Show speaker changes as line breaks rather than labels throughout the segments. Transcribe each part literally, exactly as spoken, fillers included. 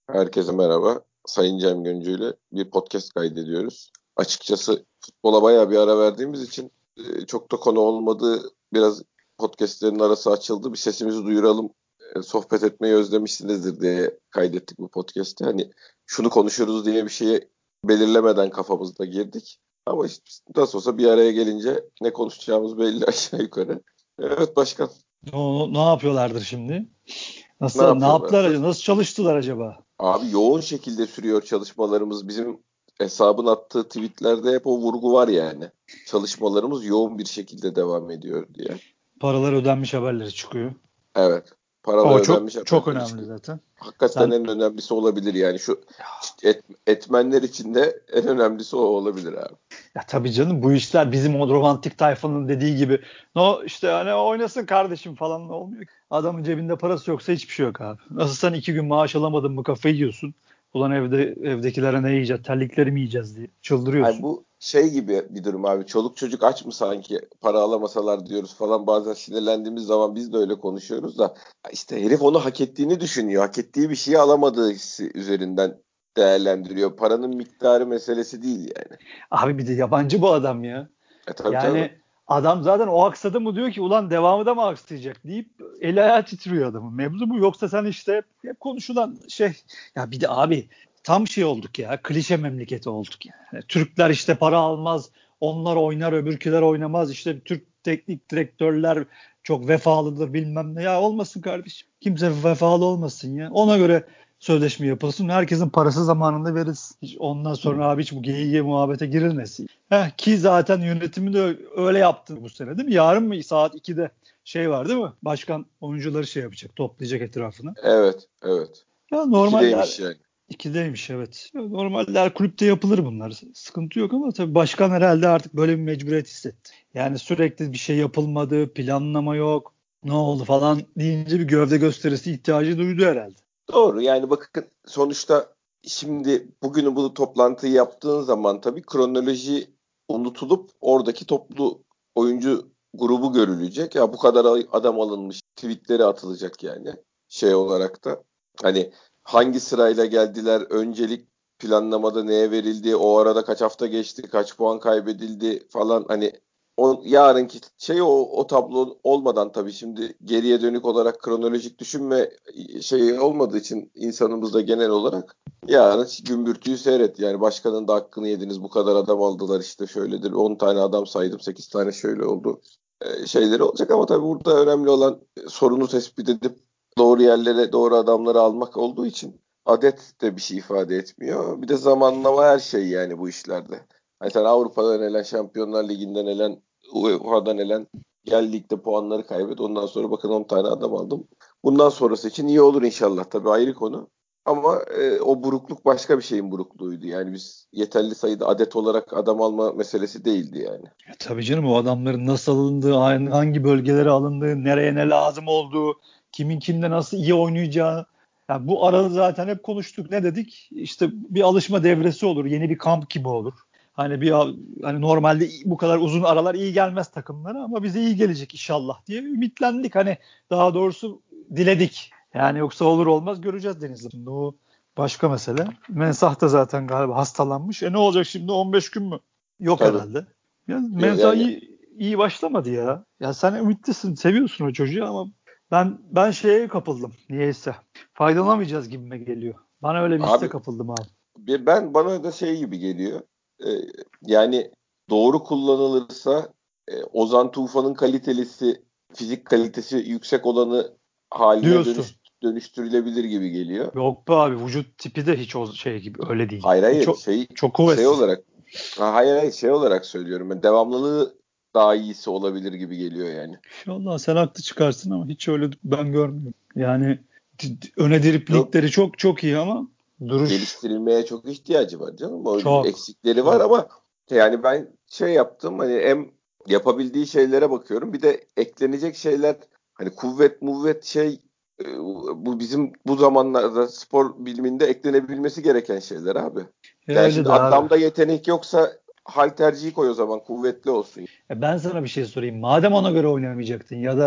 Herkese merhaba. Sayın Cem Göncü ile bir podcast kaydediyoruz. Açıkçası futbola bayağı bir ara verdiğimiz için e, çok da konu olmadığı biraz podcastlerin arası açıldı. Bir sesimizi duyuralım, e, sohbet etmeyi özlemişsinizdir diye kaydettik bu podcast'i. Hani şunu konuşuruz diye bir şeyi belirlemeden kafamızda girdik. Ama işte nasıl olsa bir araya gelince ne konuşacağımız belli aşağı yukarı. Evet başkan,
O, ne yapıyorlardır şimdi?
ne
Nasıl ne yaptılar
yapıyorlardır?
acaba? Nasıl çalıştılar acaba?
Abi yoğun şekilde sürüyor çalışmalarımız. Bizim hesabın attığı tweetlerde hep o vurgu var yani. Çalışmalarımız yoğun bir şekilde devam ediyor diye.
Paralar ödenmiş haberleri çıkıyor.
Evet. Paralar
O çok
ödenmiş
çok
haberleri
önemli
çıkıyor.
zaten.
Hakikaten
Sen
en önemlisi olabilir yani. Şu et, etmenler için de en önemlisi o olabilir abi.
ya tabii canım bu işler bizim o romantik tayfanın dediği gibi no işte hani oynasın kardeşim falan olmuyor. Adamın cebinde parası yoksa hiçbir şey yok abi. Nasıl sen iki gün maaş alamadın mı kafayı yiyorsun. Ulan evde evdekilere ne yiyeceğiz? Terlikleri mi yiyeceğiz diye
Hani
çıldırıyorsun.
bu şey gibi bir durum abi. Çoluk çocuk aç mı sanki para alamasalar diyoruz falan. Bazen sinirlendiğimiz zaman biz de öyle konuşuyoruz da. İşte herif onu hak ettiğini düşünüyor. Hak ettiği bir şeyi alamadığı hissi üzerinden değerlendiriyor. Paranın miktarı meselesi değil yani.
Abi bir de yabancı bu adam ya.
E tabii tabii.
Yani adam zaten o aksadı mı diyor ki ulan devamı da mı aksayacak deyip eli ayağı titriyor adamın. Mevzu bu. Yoksa sen işte hep konuşulan şey ya bir de abi tam şey olduk ya klişe memleketi olduk yani. Türkler işte para almaz onlar oynar öbürküler oynamaz işte Türk teknik direktörler çok vefalıdır bilmem ne ya olmasın kardeşim. Kimse vefalı olmasın ya. Ona göre sözleşme yapılsın. Herkesin parası zamanında verilsin. Hiç ondan sonra abi hiç bu geyiğe muhabbete girilmesin. Heh, ki zaten yönetimi de öyle yaptı bu sene değil mi? Yarın mı saat ikide şey var değil mi? Başkan oyuncuları şey yapacak, toplayacak etrafına.
Evet, evet.
Ya normalde
İkideymiş yani.
ikideymiş evet. Ya normalde her kulüpte yapılır bunlar. Sıkıntı yok ama tabii başkan herhalde artık böyle bir mecburiyet hissetti. Yani sürekli bir şey yapılmadı, planlama yok, ne oldu falan deyince bir gövde gösterisi ihtiyacı duydu herhalde.
Doğru yani bakın sonuçta şimdi bugünü bu toplantıyı yaptığın zaman tabii kronoloji unutulup oradaki toplu oyuncu grubu görülecek. Ya bu kadar adam alınmış tweetleri atılacak yani şey olarak da. Hani hangi sırayla geldiler, öncelik planlamada neye verildi, o arada kaç hafta geçti, kaç puan kaybedildi falan hani o, yarınki şey o, o tablo olmadan tabii şimdi geriye dönük olarak kronolojik düşünme şey olmadığı için insanımızda genel olarak yarın gümbürtüyü seyret. Yani başkanın da hakkını yediniz bu kadar adam aldılar işte şöyledir on tane adam saydım sekiz tane şöyle oldu e, şeyleri olacak ama tabii burada önemli olan e, sorunu tespit edip doğru yerlere doğru adamları almak olduğu için adet de bir şey ifade etmiyor. Bir de zamanlama her şey yani bu işlerde. Hani sen Avrupa'dan elen, Şampiyonlar Ligi'nden elen, U E F A'dan elen gel ligde puanları kaybet. Ondan sonra bakın on tane adam aldım. Bundan sonrası için iyi olur inşallah. Tabii ayrı konu. Ama e, o burukluk başka bir şeyin burukluğuydu. Yani biz yeterli sayıda adet olarak adam alma meselesi değildi yani.
Ya tabii canım o adamların nasıl alındığı, hangi bölgelere alındığı, nereye ne lazım olduğu, kimin kimde nasıl iyi oynayacağı. Ya bu arada zaten hep konuştuk. Ne dedik? İşte bir alışma devresi olur. Yeni bir kamp gibi olur. Hani bir hani normalde bu kadar uzun aralar iyi gelmez takımlara ama bize iyi gelecek inşallah diye ümitlendik. Hani daha doğrusu diledik. Yani yoksa olur olmaz göreceğiz Denizli. Şimdi o başka mesele. Mensah da zaten galiba hastalanmış. E ne olacak şimdi on beş gün mü? Yok
Tabii.
herhalde. Ya Mensah
Yani
iyi, iyi başlamadı ya. Ya sen ümitlisin, seviyorsun o çocuğu ama ben ben şeye kapıldım niyeyse. Faydalanamayacağız gibime geliyor. Bana öyle bir hisse
abi
kapıldım abi.
bir- ben bana da şey gibi geliyor. E, yani doğru kullanılırsa e, Ozan Tufan'ın kalitelisi, fizik kalitesi yüksek olanı haline
Diyorsun.
dönüş, dönüştürülebilir gibi geliyor.
Yok be abi vücut tipi de hiç o şey gibi öyle değil.
Hayır
Hiç
hayır
o,
şey
çok
şey
kuvvetsiz.
olarak ha, hayır hayır şey olarak söylüyorum ben devamlılığı daha iyisi olabilir gibi geliyor yani.
İnşallah sen haklı çıkarsın ama hiç öyle ben görmüyorum. Yani d- d- öne
Yok
driplikleri çok çok iyi ama duruş
geliştirilmeye çok ihtiyacı var canım. O
çok
eksikleri var
çok.
ama yani ben şey yaptım hani hem yapabildiği şeylere bakıyorum bir de eklenecek şeyler hani kuvvet muvvet şey e, bu bizim bu zamanlarda spor biliminde eklenebilmesi gereken şeyler abi.
Ya
Yani
öyle
şimdi
de abi.
adamda yetenek yoksa halterciyi koy o zaman kuvvetli olsun.
E ben sana bir şey sorayım. Madem ona göre oynamayacaktın ya da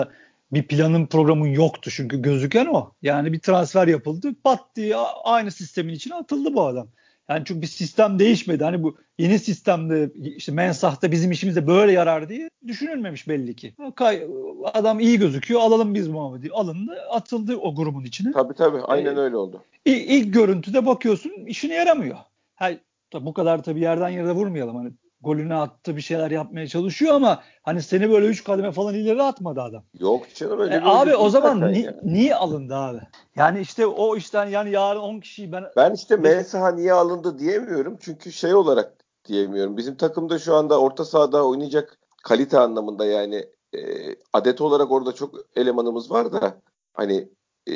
bir planın programın yoktu çünkü gözüken o. Yani bir transfer yapıldı. Pat diye aynı sistemin içine atıldı bu adam. Yani çünkü bir sistem değişmedi. Hani bu yeni sistemde işte mensahta bizim işimize böyle yarar diye düşünülmemiş belli ki. Adam iyi gözüküyor. Alalım biz Muhammed'i. Alındı, atıldı o grubun içine.
Tabii tabii. Aynen
Ee,
öyle oldu.
ilk, ilk görüntüde bakıyorsun işine yaramıyor. Hayır, bu kadar tabii yerden yere vurmayalım. Hani golünü attı, bir şeyler yapmaya çalışıyor ama hani seni böyle üç kademe falan ileri atmadı adam.
Yok canım,
E,
öyle bir
abi
oyuncu
o
değil zaten
zaman ni,
ya.
niye alındı abi? Yani işte o işten yani yarın on kişiyi ben
Ben işte
de,
Mensah'a niye alındı diyemiyorum. Çünkü şey olarak diyemiyorum. Bizim takımda şu anda orta sahada oynayacak kalite anlamında, yani e, adet olarak orada çok elemanımız var da hani e,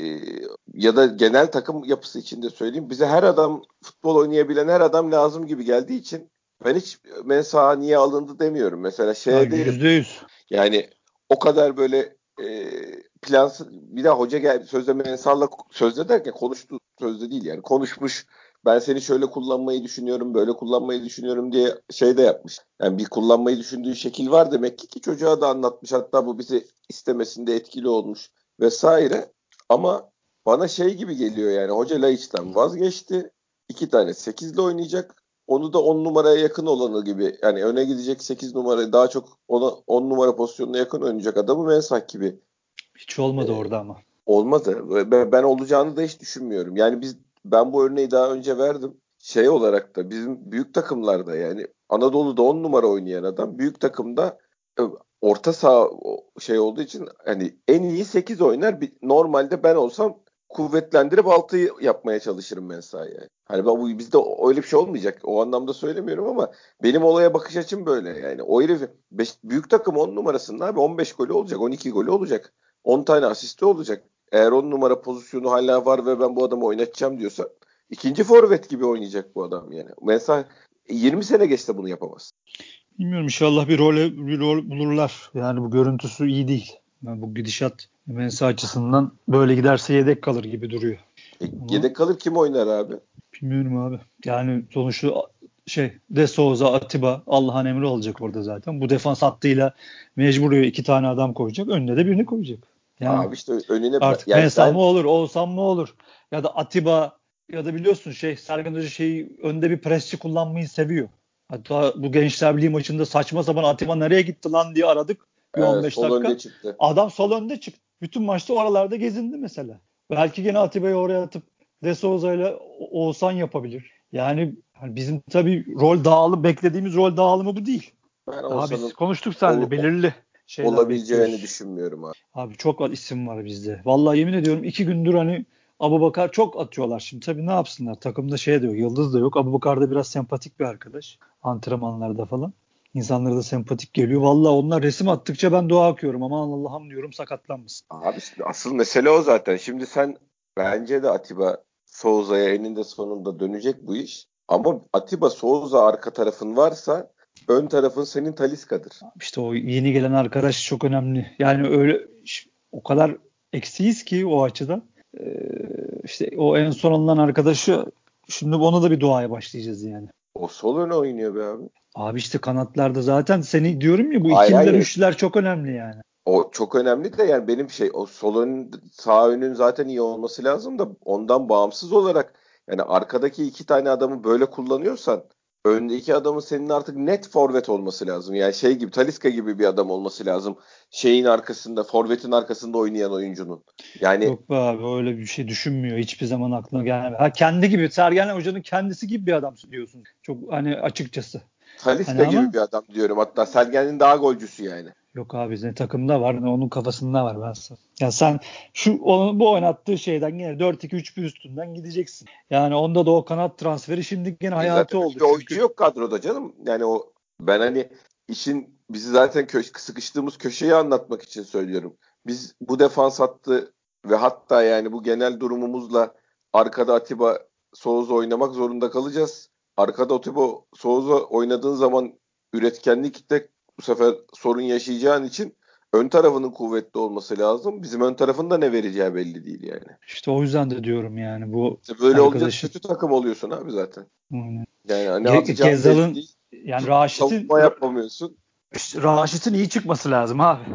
ya da genel takım yapısı içinde söyleyeyim. Bize her adam, futbol oynayabilen her adam lazım gibi geldiği için ben hiç Mensah'a niye alındı demiyorum. Mesela
ya
şeye derim.
yüzde yüz.
Yani o kadar böyle e, plansız, bir daha hoca gel sözde Mensah'la, sözde derken konuştu, sözde değil yani, konuşmuş, ben seni şöyle kullanmayı düşünüyorum, böyle kullanmayı düşünüyorum diye şey de yapmış. Yani bir kullanmayı düşündüğü şekil var demek ki ki çocuğa da anlatmış, hatta bu bizi istemesinde etkili olmuş vesaire. Ama bana şey gibi geliyor, yani hoca Laiç'ten vazgeçti. İki tane sekizle oynayacak. Onu da on numaraya yakın olanı gibi, yani öne gidecek sekiz numarayı daha çok ona on numara pozisyonuna yakın oynayacak adamı Mensah gibi
Hiç olmadı
e,
orada ama.
olmadı. Ben, ben olacağını da hiç düşünmüyorum. Yani biz, ben bu örneği daha önce verdim. Şey olarak da bizim büyük takımlarda, yani Anadolu'da on numara oynayan adam büyük takımda e, orta saha şey olduğu için hani en iyi sekiz oynar. Bir, normalde ben olsam kuvvetlendirip altıyı yapmaya çalışırım Mensah'ya. Hani ben, bu bizde öyle bir şey olmayacak. O anlamda söylemiyorum ama benim olaya bakış açım böyle yani. O herif beş, büyük takım on numarasında abi on beş golü olacak, on iki golü olacak. on tane asisti olacak. Eğer on numara pozisyonu hala var ve ben bu adamı oynatacağım diyorsa ikinci forvet gibi oynayacak bu adam yani. Mesela yirmi sene geçse bunu yapamaz.
Bilmiyorum, inşallah bir rol bir rol bulurlar. Yani bu görüntüsü iyi değil. Yani bu gidişat Mensa açısından böyle giderse yedek kalır gibi duruyor.
E,
Ama
yedek kalır, kim oynar abi?
bilmiyorum abi. Yani sonuçta şey De Souza, Atiba Allah'ın emri olacak orada zaten. Bu defans hattıyla mecbur iki tane adam koyacak. Önüne de birini koyacak. Yani
Abi işte önüne,
artık
yani
Mensah mı
ben
olur, Oğuzhan mı olur? Ya da Atiba, ya da biliyorsun şey Sergen Hoca şeyi önde bir presçi kullanmayı seviyor. Hatta bu Gençler Birliği maçında saçma sapan Atiba nereye gitti lan diye aradık bir
e,
on beş
sol önde
dakika.
çıktı.
Adam sol önde çıktı. Bütün maçta oralarda gezindi mesela. Belki gene Atiba'yı oraya atıp De Souza ile Oğuzhan yapabilir. Yani hani bizim tabii rol dağılımı, beklediğimiz rol dağılımı bu değil.
Ben
Daha biz
Oğuzhan'ın
konuştuk seninle,
ol,
belirli şeyler
olabileceğini
bekliyoruz.
düşünmüyorum abi.
Abi çok isim var bizde. Vallahi yemin ediyorum iki gündür hani Abubakar çok atıyorlar şimdi. Tabii ne yapsınlar? Takımda şey de yok. Yıldız da yok. Abubakar da biraz sempatik bir arkadaş. Antrenmanlarda falan. İnsanlara da sempatik geliyor. Vallahi onlar resim attıkça ben dua okuyorum. Aman Allah'ım diyorum, sakatlanmasın.
Abi işte asıl mesele o zaten. Şimdi sen, bence de Atiba Souza'ya eninde sonunda dönecek bu iş. Ama Atiba Souza arka tarafın varsa ön tarafın senin Talisca'dır.
İşte o yeni gelen arkadaş çok önemli. Yani öyle o kadar eksiyiz ki o açıdan. Ee, işte o en son alınan arkadaşı şimdi ona da bir duaya başlayacağız yani.
O sol öne oynuyor be abi.
Abi işte kanatlarda zaten seni diyorum ya, bu
Hayır
ikililer
hayır.
üçlüler çok önemli yani.
O çok önemli de, yani benim şey, o sol ön sağ önün zaten iyi olması lazım da ondan bağımsız olarak, yani arkadaki iki tane adamı böyle kullanıyorsan öndeki adamın senin artık net forvet olması lazım. Yani şey gibi, Talisca gibi bir adam olması lazım. Şeyin arkasında, forvetin arkasında oynayan oyuncunun. Yani
Yok be abi, öyle bir şey düşünmüyor. Hiçbir zaman aklına gelmiyor. Ha, kendi gibi, Sergen Hoca'nın kendisi gibi bir adam diyorsun. Çok hani açıkçası. Hani
Talisca gibi
ama
bir adam diyorum. Hatta Sergen'in daha golcüsü yani.
yok abi, ne takımda var ne onun kafasında var, ben sana. Ya sen şu onun bu oynattığı şeyden gene dört iki üç bir üstünden gideceksin. Yani onda da o kanat transferi şimdi gene
E zaten
hayatı
öyle
oldu
bir oyuncu
çünkü.
yok kadroda canım. Yani o, ben hani işin bizi zaten kö- sıkıştığımız köşeyi anlatmak için söylüyorum. Biz bu defans hattı ve hatta yani bu genel durumumuzla arkada Atiba Souza oynamak zorunda kalacağız. Arkada Atiba Souza oynadığın zaman üretkenlikte bu sefer sorun yaşayacağın için ön tarafının kuvvetli olması lazım. Bizim ön tarafın da ne vereceği belli değil yani.
İşte o yüzden de diyorum yani bu
İşte böyle olunca
arkadaşın.
kötü takım oluyorsun abi zaten.
Aynen.
Yani hani
Ge-
atacağın belli
Gezal'ın
değil.
yani
Tut,
Raşit'in
savunma yapamıyorsun.
Raşit'in iyi çıkması lazım abi.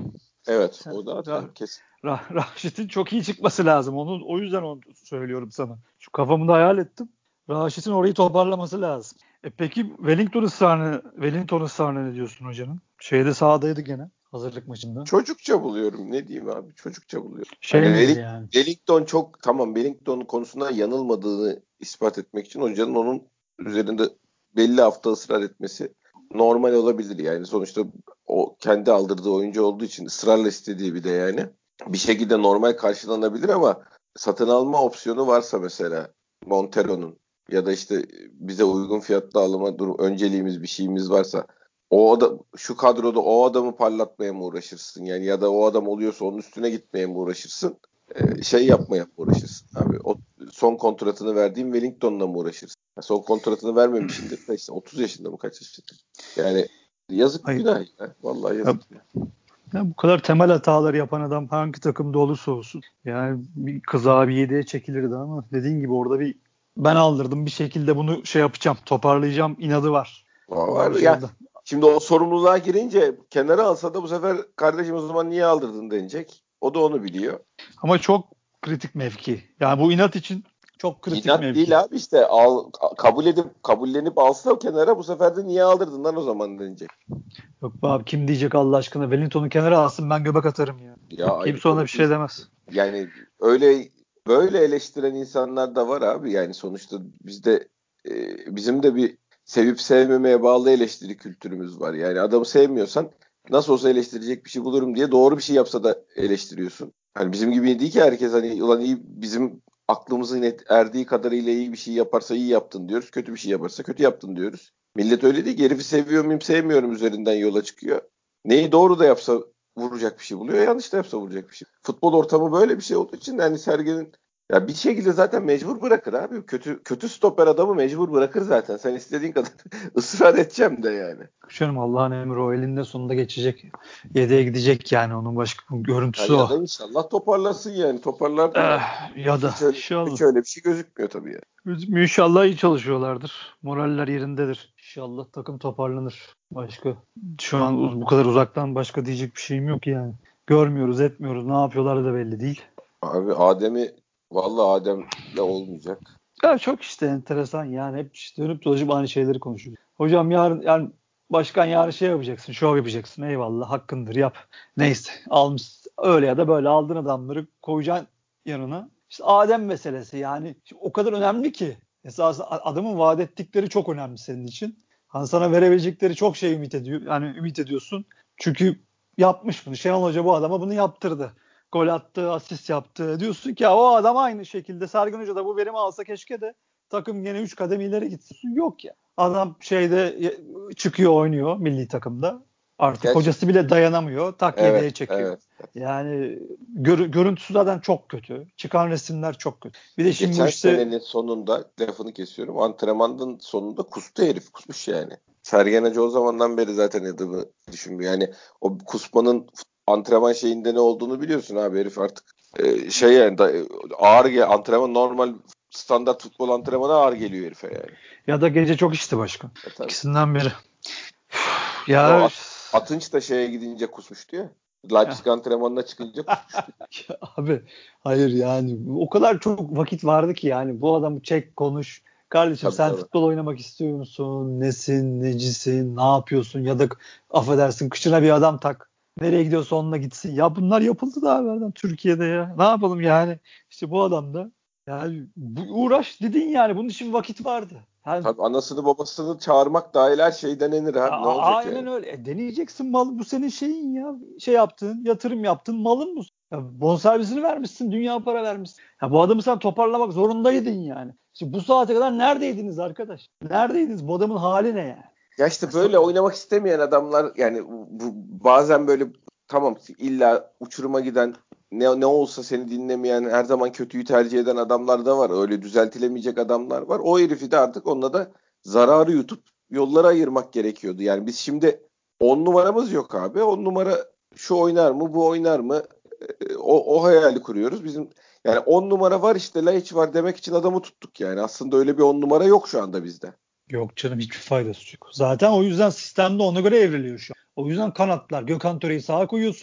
Evet,
Sen,
o da
Ra-
tabii kesin.
Ra- Raşit'in çok iyi çıkması lazım. Onu o yüzden onu söylüyorum sana. Şu kafamda hayal ettim. Raşit'in orayı toparlaması lazım. E peki Wellington ısrarını, Wellington ısrarını ne diyorsun hocanın? Şeyde sahadaydı gene hazırlık maçında.
Çocukça buluyorum. Ne diyeyim abi? Çocukça buluyorum. Hani
Şey miydi
Welling-
yani?
Wellington çok tamam, Wellington konusunda yanılmadığını ispat etmek için hocanın onun üzerinde belli hafta ısrar etmesi normal olabilir yani. Sonuçta o kendi aldırdığı oyuncu olduğu için ısrarla istediği bir de yani. Bir şekilde normal karşılanabilir ama satın alma opsiyonu varsa mesela Montero'nun ya da işte bize uygun fiyatlı alma durum önceliğimiz bir şeyimiz varsa o adam, şu kadroda o adamı parlatmaya mı uğraşırsın yani, ya da o adam oluyorsa onun üstüne gitmeye mi uğraşırsın? Ee, şey yapmaya mı uğraşırsın abi? O son kontratını verdiğim Wellington'la mı uğraşırsın? Ya son kontratını vermemişindir de işte otuz yaşında mı, kaç yaşında? Yani yazık
Hayır.
günah ya. Vallahi
Ya,
yazık günah.
ya bu kadar temel hataları yapan adam hangi takımda olursa olsun. Yani bir kıza bir yedeğe çekilirdi ama dediğin gibi orada bir ben aldırdım bir şekilde bunu şey yapacağım, toparlayacağım inadı var.
O
O
var ya.
şeyde.
Şimdi o sorumluluğa girince kenara alsa da bu sefer kardeşim o zaman niye aldırdın denecek. O da onu biliyor.
Ama çok kritik mevki. Yani bu inat için çok kritik
İnat
mevki.
değil abi, işte al, kabul edip kabullenip alsa kenara, bu sefer de niye aldırdın lan o zaman denecek.
Yok be abi kim diyecek Allah aşkına Wellington'u kenara alsın ben göbek atarım ya.
Ya ayrı
Kimse ona
konu
bir şey
biz,
demez.
yani öyle böyle eleştiren insanlar da var abi, yani sonuçta bizde e, bizim de bir sevip sevmemeye bağlı eleştiri kültürümüz var. Yani adamı sevmiyorsan nasıl olsa eleştirecek bir şey bulurum diye doğru bir şey yapsa da eleştiriyorsun. Hani bizim gibi değil ki herkes, hani ulan iyi, bizim aklımızın net erdiği kadarıyla iyi bir şey yaparsa iyi yaptın diyoruz. Kötü bir şey yaparsa kötü yaptın diyoruz. Millet öyle değil ki, herifi seviyor muyum sevmiyorum üzerinden yola çıkıyor. Neyi doğru da yapsa vuracak bir şey buluyor. Yanlış da yapsa vuracak bir şey. Futbol ortamı böyle bir şey olduğu için yani Sergen'in ya bir şekilde zaten mecbur bırakır abi. Kötü kötü stoper adamı mecbur bırakır zaten. Sen istediğin kadar ısrar edeceğim de yani.
Canım Allah'ın emri o elinde sonunda geçecek. Yedeğe gidecek yani onun başka
Ha,
görüntüsü
ya
o.
da inşallah toparlasın yani. Toparlar da
Eh, ya da
hiç öyle, hiç
inşallah.
öyle bir şey gözükmüyor tabii ya.
Gözükmüyor. İnşallah iyi çalışıyorlardır. Moraller yerindedir. İnşallah takım toparlanır. Başka şu an uz- bu kadar uzaktan başka diyecek bir şeyim yok yani. Görmüyoruz, etmiyoruz. Ne yapıyorlar da belli değil.
Abi Adem'i vallahi Adem'le olmayacak.
Ya çok işte enteresan yani hep işte dönüp dolaşıp aynı şeyleri konuşuyoruz. Hocam yarın yani başkan yarın şey yapacaksın, şov yapacaksın. Eyvallah hakkındır yap. Neyse almış öyle ya da böyle aldığın adamları koyacaksın yanına. İşte Adem meselesi yani şimdi o kadar önemli ki. Esasında adamın vaat ettikleri çok önemli senin için. Hani sana verebilecekleri çok şey ümit ediyor. Yani ümit ediyorsun. Çünkü yapmış bunu. Şenol Hoca bu adama bunu yaptırdı. Gol attı, asist yaptı. Diyorsun ki ya o adam aynı şekilde Sergen Hoca da bu verimi alsa keşke de takım yine üç kadem ileri gitsin. Yok ya. Adam şeyde çıkıyor oynuyor milli takımda. Artık
Gerçi
hocası bile dayanamıyor. Tak
evet,
yedeğe çekiyor.
evet.
Yani gör, görüntüsü zaten çok kötü. Çıkan resimler çok kötü. Bir de şimdi bu
Geçen
işte
senenin sonunda, lafını kesiyorum, antrenmanın sonunda kustu herif. Kusmuş yani. Sergen Hoca o zamandan beri zaten adımı düşünmüyor. Yani o kusmanın antrenman şeyinde ne olduğunu biliyorsun abi, herif artık e, şey yani da, ağır gel antrenman, normal standart futbol antrenmanı ağır geliyor herife yani.
ya da gece çok içti başkan.
E, tabii.
İkisinden biri.
O
Ya,
At- Atınç da şeye gidince kusmuştu ya. Leipzig antrenmanına çıkınca kusmuştu.
Ya abi hayır yani o kadar çok vakit vardı ki yani bu adamı çek konuş. Kardeşim
Tabii
sen
tabii.
futbol oynamak istiyor musun? Nesin, necisin, ne yapıyorsun? Ya da affedersin kışına bir adam tak. Nereye gidiyorsa onunla gitsin. Ya bunlar yapıldı da evvelden Türkiye'de ya. Ne yapalım yani? İşte bu adam da yani bu, uğraş dedin yani bunun için vakit vardı. Yani
Tabii anasını babasını çağırmak dahil her şey denenir abi. Ne
A-
olacak
aynen
yani?
öyle. E, deneyeceksin mal bu senin şeyin ya. Şey yaptın, yatırım yaptın, malın bu. Ya, bonservisini vermişsin, dünya para vermişsin. Ya, bu adamı sen toparlamak zorundaydın yani. Şimdi bu saate kadar neredeydiniz arkadaş? Neredeydiniz? Bu adamın hali ne yani?
Ya
Ya,
işte
so-
böyle oynamak istemeyen adamlar yani, bu, bazen böyle tamam, illa uçuruma giden, ne, ne olsa seni dinlemeyen, her zaman kötüyü tercih eden adamlar da var. Öyle düzeltilemeyecek adamlar var. O herifi de artık onunla da zararı yutup yollara ayırmak gerekiyordu. Yani biz şimdi on numaramız yok abi. On numara şu oynar mı, bu oynar mı? Ee, O, o hayali kuruyoruz. Bizim yani on numara var işte, Laiç var demek için adamı tuttuk yani. Aslında öyle bir on numara yok şu anda bizde.
Yok canım hiçbir faydası yok. Zaten o yüzden sistemde ona göre evriliyor şu an. O yüzden kanatlar. Gökhan Töre'yi sağa koyuyorsun.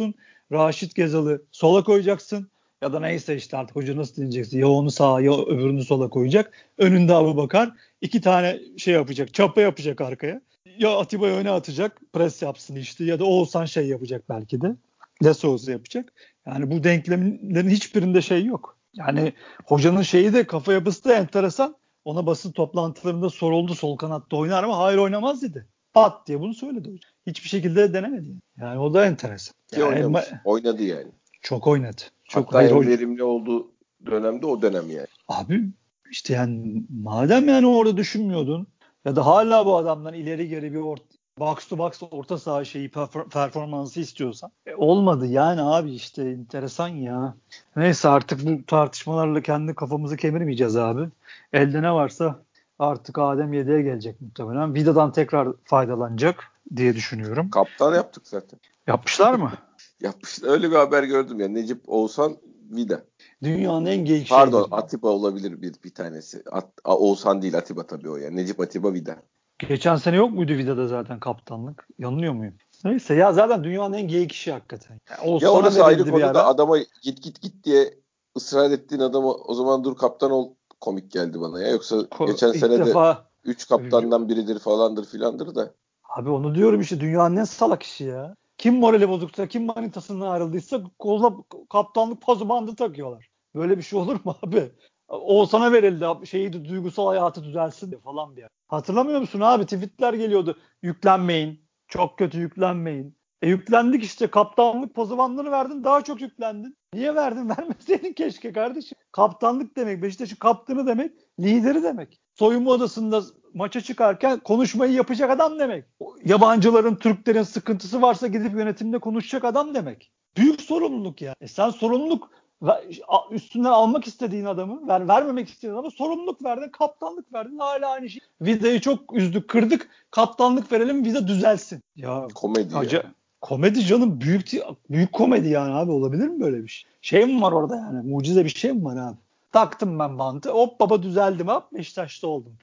Raşit Gezal'ı sola koyacaksın. Ya da neyse işte artık hoca nasıl diyeceksin. Ya onu sağa ya öbürünü sola koyacak. Önünde Abubakar. İki tane şey yapacak. Çapa yapacak arkaya. Ya Atiba'yı öne atacak. Pres yapsın işte. Ya da Oğuzhan şey yapacak belki de. Lasso'su yapacak. Yani bu denklemlerin hiçbirinde şey yok. Yani hocanın şeyi de kafa yapısı da enteresan. Ona basın toplantılarında soruldu sol kanatta oynar mı? Hayır oynamaz dedi. Pat diye bunu söyledi hoca. Hiçbir şekilde denemedi. Yani o da enteresan.
Ki
Yani
oynamış.
ma-
Oynadı yani.
çok oynadı. Çok
Hatta
hayır
en
hoca.
verimli olduğu dönemde o dönem yani.
Abi işte yani madem yani orada düşünmüyordun ya da hala bu adamdan ileri geri bir or- box to box orta saha şeyi perfor- performansı istiyorsan e, olmadı yani abi işte enteresan ya. Neyse artık bu tartışmalarla kendi kafamızı kemirmeyeceğiz abi. Elde ne varsa artık Adem yedeğe gelecek muhtemelen. Vida'dan tekrar faydalanacak diye düşünüyorum.
Kaptan yaptık zaten.
Yapmışlar mı?
Yapmış. Öyle bir haber gördüm ya. Necip Oğuzhan Vida.
Dünyanın en geyik
Pardon
şeyleri.
Atiba olabilir bir bir tanesi. At, A- Oğuzhan değil Atiba tabii o yani. Necip Atiba Vida.
Geçen sene yok muydu Vida'da zaten kaptanlık? Yanılıyor muyum? Neyse ya zaten dünyanın en geyik işi hakikaten. Yani
Ya
Oğuzhan'a
orası ayrı
verildi bir
konu da
ara.
adama git git git diye ısrar ettiğin adama o zaman dur kaptan ol komik geldi bana ya. Yoksa
Ko-
geçen
ilk
sene de
defa
üç kaptandan biridir falandır filandır da.
abi onu diyorum işte dünyanın en salak işi ya. Kim morali bozuksa, kim manitasından ayrıldıysa koluna kaptanlık pazu bandı takıyorlar. Böyle bir şey olur mu abi? Oğuzhan'a verildi şeyi duygusal hayatı düzelsin diye falan bir yer. Hatırlamıyor musun abi? Tweetler geliyordu. Yüklenmeyin. Çok kötü yüklenmeyin. E yüklendik işte kaptanlık pozivandını verdin daha çok yüklendin. Niye verdin? Vermeseydin keşke kardeşim. Kaptanlık demek Beşiktaş'ın kaptanı demek lideri demek. Soyunma odasında maça çıkarken konuşmayı yapacak adam demek. Yabancıların, Türklerin sıkıntısı varsa gidip yönetimde konuşacak adam demek. Büyük sorumluluk ya. E sen sorumluluk üstünden almak istediğin adamı, ver, vermemek istediğin adamı sorumluluk verdin, kaptanlık verdin. Hala aynı şey. Vida'yı çok üzdük, kırdık. Kaptanlık verelim, Vida düzelsin. Ya
Komedi ya.
acı komedi canım büyük büyük komedi yani abi olabilir mi böyle bir şey? Şey mi var orada yani? Mucize bir şey mi var abi? Taktım ben bantı. Hop baba düzeldim hop Beşiktaş'ta oldum.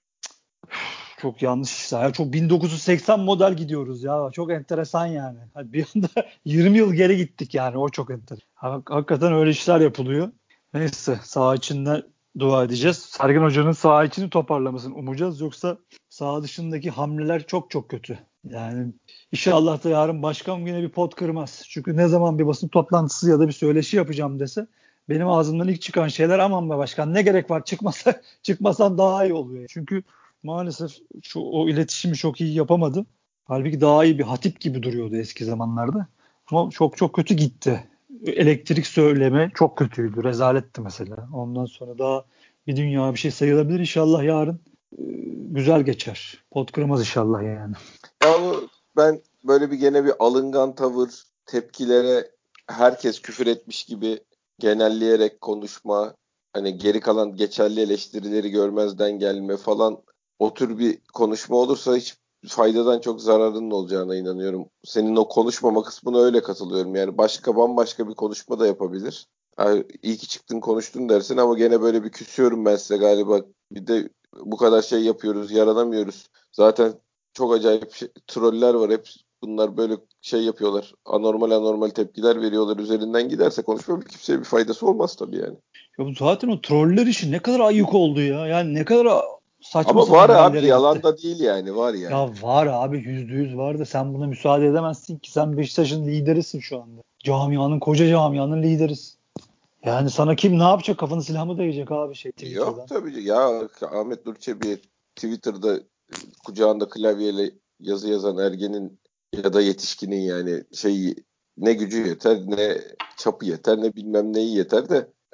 Çok yanlış işler. Ya çok bin dokuz yüz seksen model gidiyoruz ya. Çok enteresan yani. Bir anda yirmi yıl geri gittik yani. O çok enteresan. Hakikaten öyle işler yapılıyor. Neyse saha içinde dua edeceğiz. Sergen Hoca'nın saha içini toparlamasını umacağız. Yoksa saha dışındaki hamleler çok çok kötü. Yani inşallah da yarın başkan yine bir pot kırmaz. Çünkü ne zaman bir basın toplantısı ya da bir söyleşi yapacağım dese benim ağzımdan ilk çıkan şeyler aman be başkan ne gerek var çıkmasa çıkmasan daha iyi oluyor. Çünkü maalesef şu, o iletişimi çok iyi yapamadı. Halbuki daha iyi bir hatip gibi duruyordu eski zamanlarda. Ama çok çok kötü gitti. Elektrik söyleme çok kötüydü. Rezaletti mesela. Ondan sonra daha bir dünya bir şey sayılabilir. İnşallah yarın e, güzel geçer. Pot kırmaz inşallah yani.
Ya ben böyle bir gene bir alıngan tavır, tepkilere herkes küfür etmiş gibi genelleyerek konuşma, hani geri kalan geçerli eleştirileri görmezden gelme falan o tür bir konuşma olursa hiç faydadan çok zararının olacağına inanıyorum. Senin o konuşmama kısmına öyle katılıyorum. Yani başka bambaşka bir konuşma da yapabilir. Yani iyi ki çıktın konuştun dersin ama gene böyle bir küsüyorum ben size galiba. Bir de bu kadar şey yapıyoruz, yaranamıyoruz. Zaten çok acayip şey, troller var hep bunlar böyle şey yapıyorlar. Anormal anormal tepkiler veriyorlar. Üzerinden giderse konuşma bir kimseye bir faydası olmaz tabii yani.
Ya bu zaten o troller işi ne kadar ayık oldu ya. Yani ne kadar saçma
Ama var
sapan
abi
yerlere gitti.
yalan da değil yani var yani.
Ya var abi yüzde yüz var da sen buna müsaade edemezsin ki sen Beşiktaş'ın liderisin şu anda. Camianın koca camianın liderisin. Yani sana kim ne yapacak kafanı silah mı dayayacak abi şey
Yok
Twitter'dan.
tabii ya Ahmet Nur Çebi Twitter'da kucağında klavyeyle yazı yazan ergenin ya da yetişkinin yani şey ne gücü yeter ne çapı yeter ne bilmem neyi yeter de e,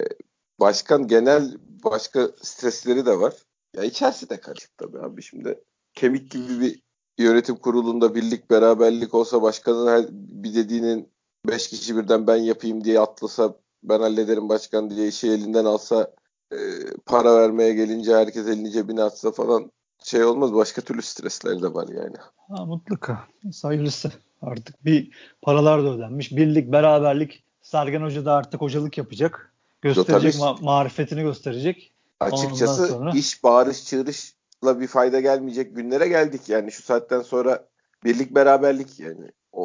başkan genel başka stresleri de var. Ya içerisi de karışık tabii abi şimdi kemik gibi bir yönetim kurulunda birlik beraberlik olsa başkanın her bir dediğinin beş kişi birden ben yapayım diye atlasa ben hallederim başkan diye işi elinden alsa e, para vermeye gelince herkes elini cebine atsa falan şey olmaz. Başka türlü stresler de var yani.
Ha, mutlaka. Hayırlısı. Artık bir paralar da ödenmiş. Birlik, beraberlik. Sergen Hoca da artık hocalık yapacak.
Yo tabii
Gösterecek, ma- marifetini gösterecek. Ondan
açıkçası
sonra
iş bağırış çığırışla bir fayda gelmeyecek günlere geldik yani şu saatten sonra birlik beraberlik yani o,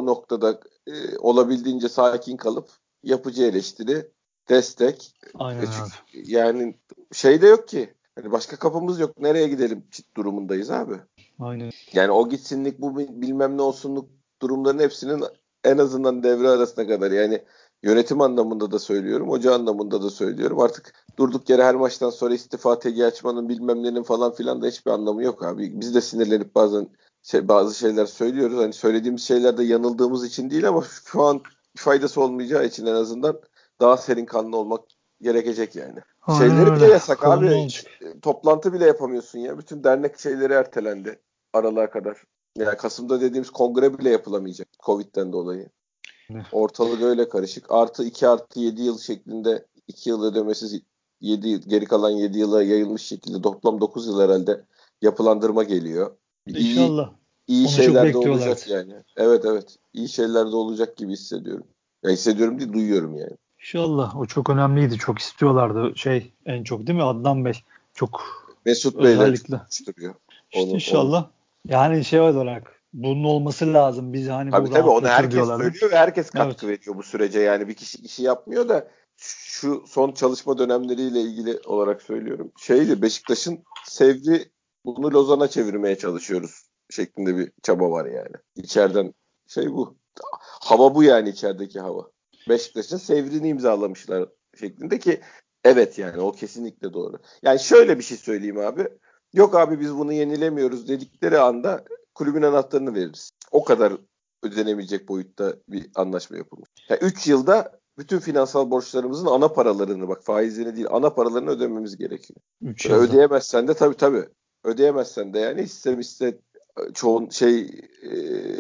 o noktada e, olabildiğince sakin kalıp yapıcı eleştiri, destek.
Aynen
E,
abi.
çünkü yani şey de yok ki. Hani başka kapımız yok. Nereye gidelim çit durumundayız abi.
Aynen.
Yani o gitsinlik bu bilmem ne olsunluk durumların hepsinin en azından devre arasına kadar yani yönetim anlamında da söylüyorum, hoca anlamında da söylüyorum. Artık durduk yere her maçtan sonra istifa tegi açmanın bilmem nenin falan filan da hiçbir anlamı yok abi. Biz de sinirlenip bazen şey, bazı şeyler söylüyoruz. Hani söylediğimiz şeylerde yanıldığımız için değil ama şu an bir faydası olmayacağı için en azından daha serin kanlı olmak gerekecek yani.
Aynen
Şeyleri bile
öyle.
yasak
Bakalım ne
abi.
olacak.
Toplantı bile yapamıyorsun ya. Bütün dernek şeyleri ertelendi aralığa kadar. Yani Kasım'da dediğimiz kongre bile yapılamayacak Covid'den dolayı.
Ne?
Ortalık öyle karışık. Artı iki artı yedi yıl şeklinde iki yıl ödemesiz yedi geri kalan yedi yıla yayılmış şekilde toplam dokuz yıl herhalde yapılandırma geliyor. İyi
İnşallah.
iyi
Onu çok
şeyler de
bekliyorlardı.
olacak yani. Evet evet. İyi şeyler de olacak gibi hissediyorum. Ya hissediyorum değil duyuyorum yani.
İnşallah. O çok önemliydi. Çok istiyorlardı. Şey en çok değil mi? Adnan Bey. Çok
Mesut Bey de çok
özellikle.
konuşturuyor.
İşte
Onu, onu.
inşallah. Yani şey olarak bunun olması lazım. Bizi hani
Tabii
bu
tabii onu
rahatlatır
herkes
diyorlardı.
söylüyor ve herkes katkı
Evet.
veriyor bu sürece. Yani bir kişi işi yapmıyor da şu son çalışma dönemleriyle ilgili olarak söylüyorum. Şeydi Beşiktaş'ın sevdi bunu Lozan'a çevirmeye çalışıyoruz şeklinde bir çaba var yani. İçeriden şey bu. Hava bu yani içerideki hava. Beşiktaş'ın sevdiğini imzalamışlar şeklinde ki evet yani o kesinlikle doğru. Yani şöyle bir şey söyleyeyim abi. Yok abi biz bunu yenilemiyoruz dedikleri anda kulübün anahtarını veririz. O kadar ödenemeyecek boyutta bir anlaşma yapılmış. Yani üç yılda bütün finansal borçlarımızın ana paralarını bak faizini değil ana paralarını ödememiz gerekiyor.
üç
Ve
yılda.
ödeyemezsen de tabii tabii ödeyemezsen de yani hisse hisse çoğun şey e,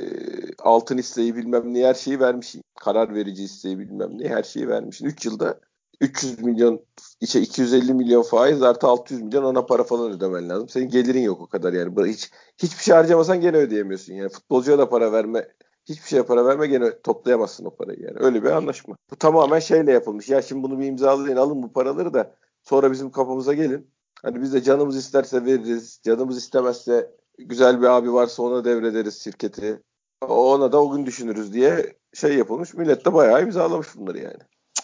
altın hisseyi bilmem ne her şeyi vermişsin. Karar verici hisseyi bilmem ne her şeyi vermişsin. üç yılda üç yüz milyon içe iki yüz elli milyon faiz artı altı yüz milyon ana para falan ödemen lazım. Senin gelirin yok o kadar yani. Hiç hiçbir şey harcamasan gene ödeyemiyorsun. Yani futbolcuya da para verme, hiçbir şeye para verme gene toplayamazsın o parayı yani. Öyle bir anlaşma. Bu tamamen şeyle yapılmış. Ya şimdi bunu bir imzalayın, alın bu paraları da sonra bizim kapımıza gelin. Hani biz de canımız isterse veririz. Canımız istemezse güzel bir abi varsa ona devrederiz şirketi. Ona da o gün düşünürüz diye şey yapılmış. Millet de bayağı imzalamış bunları yani.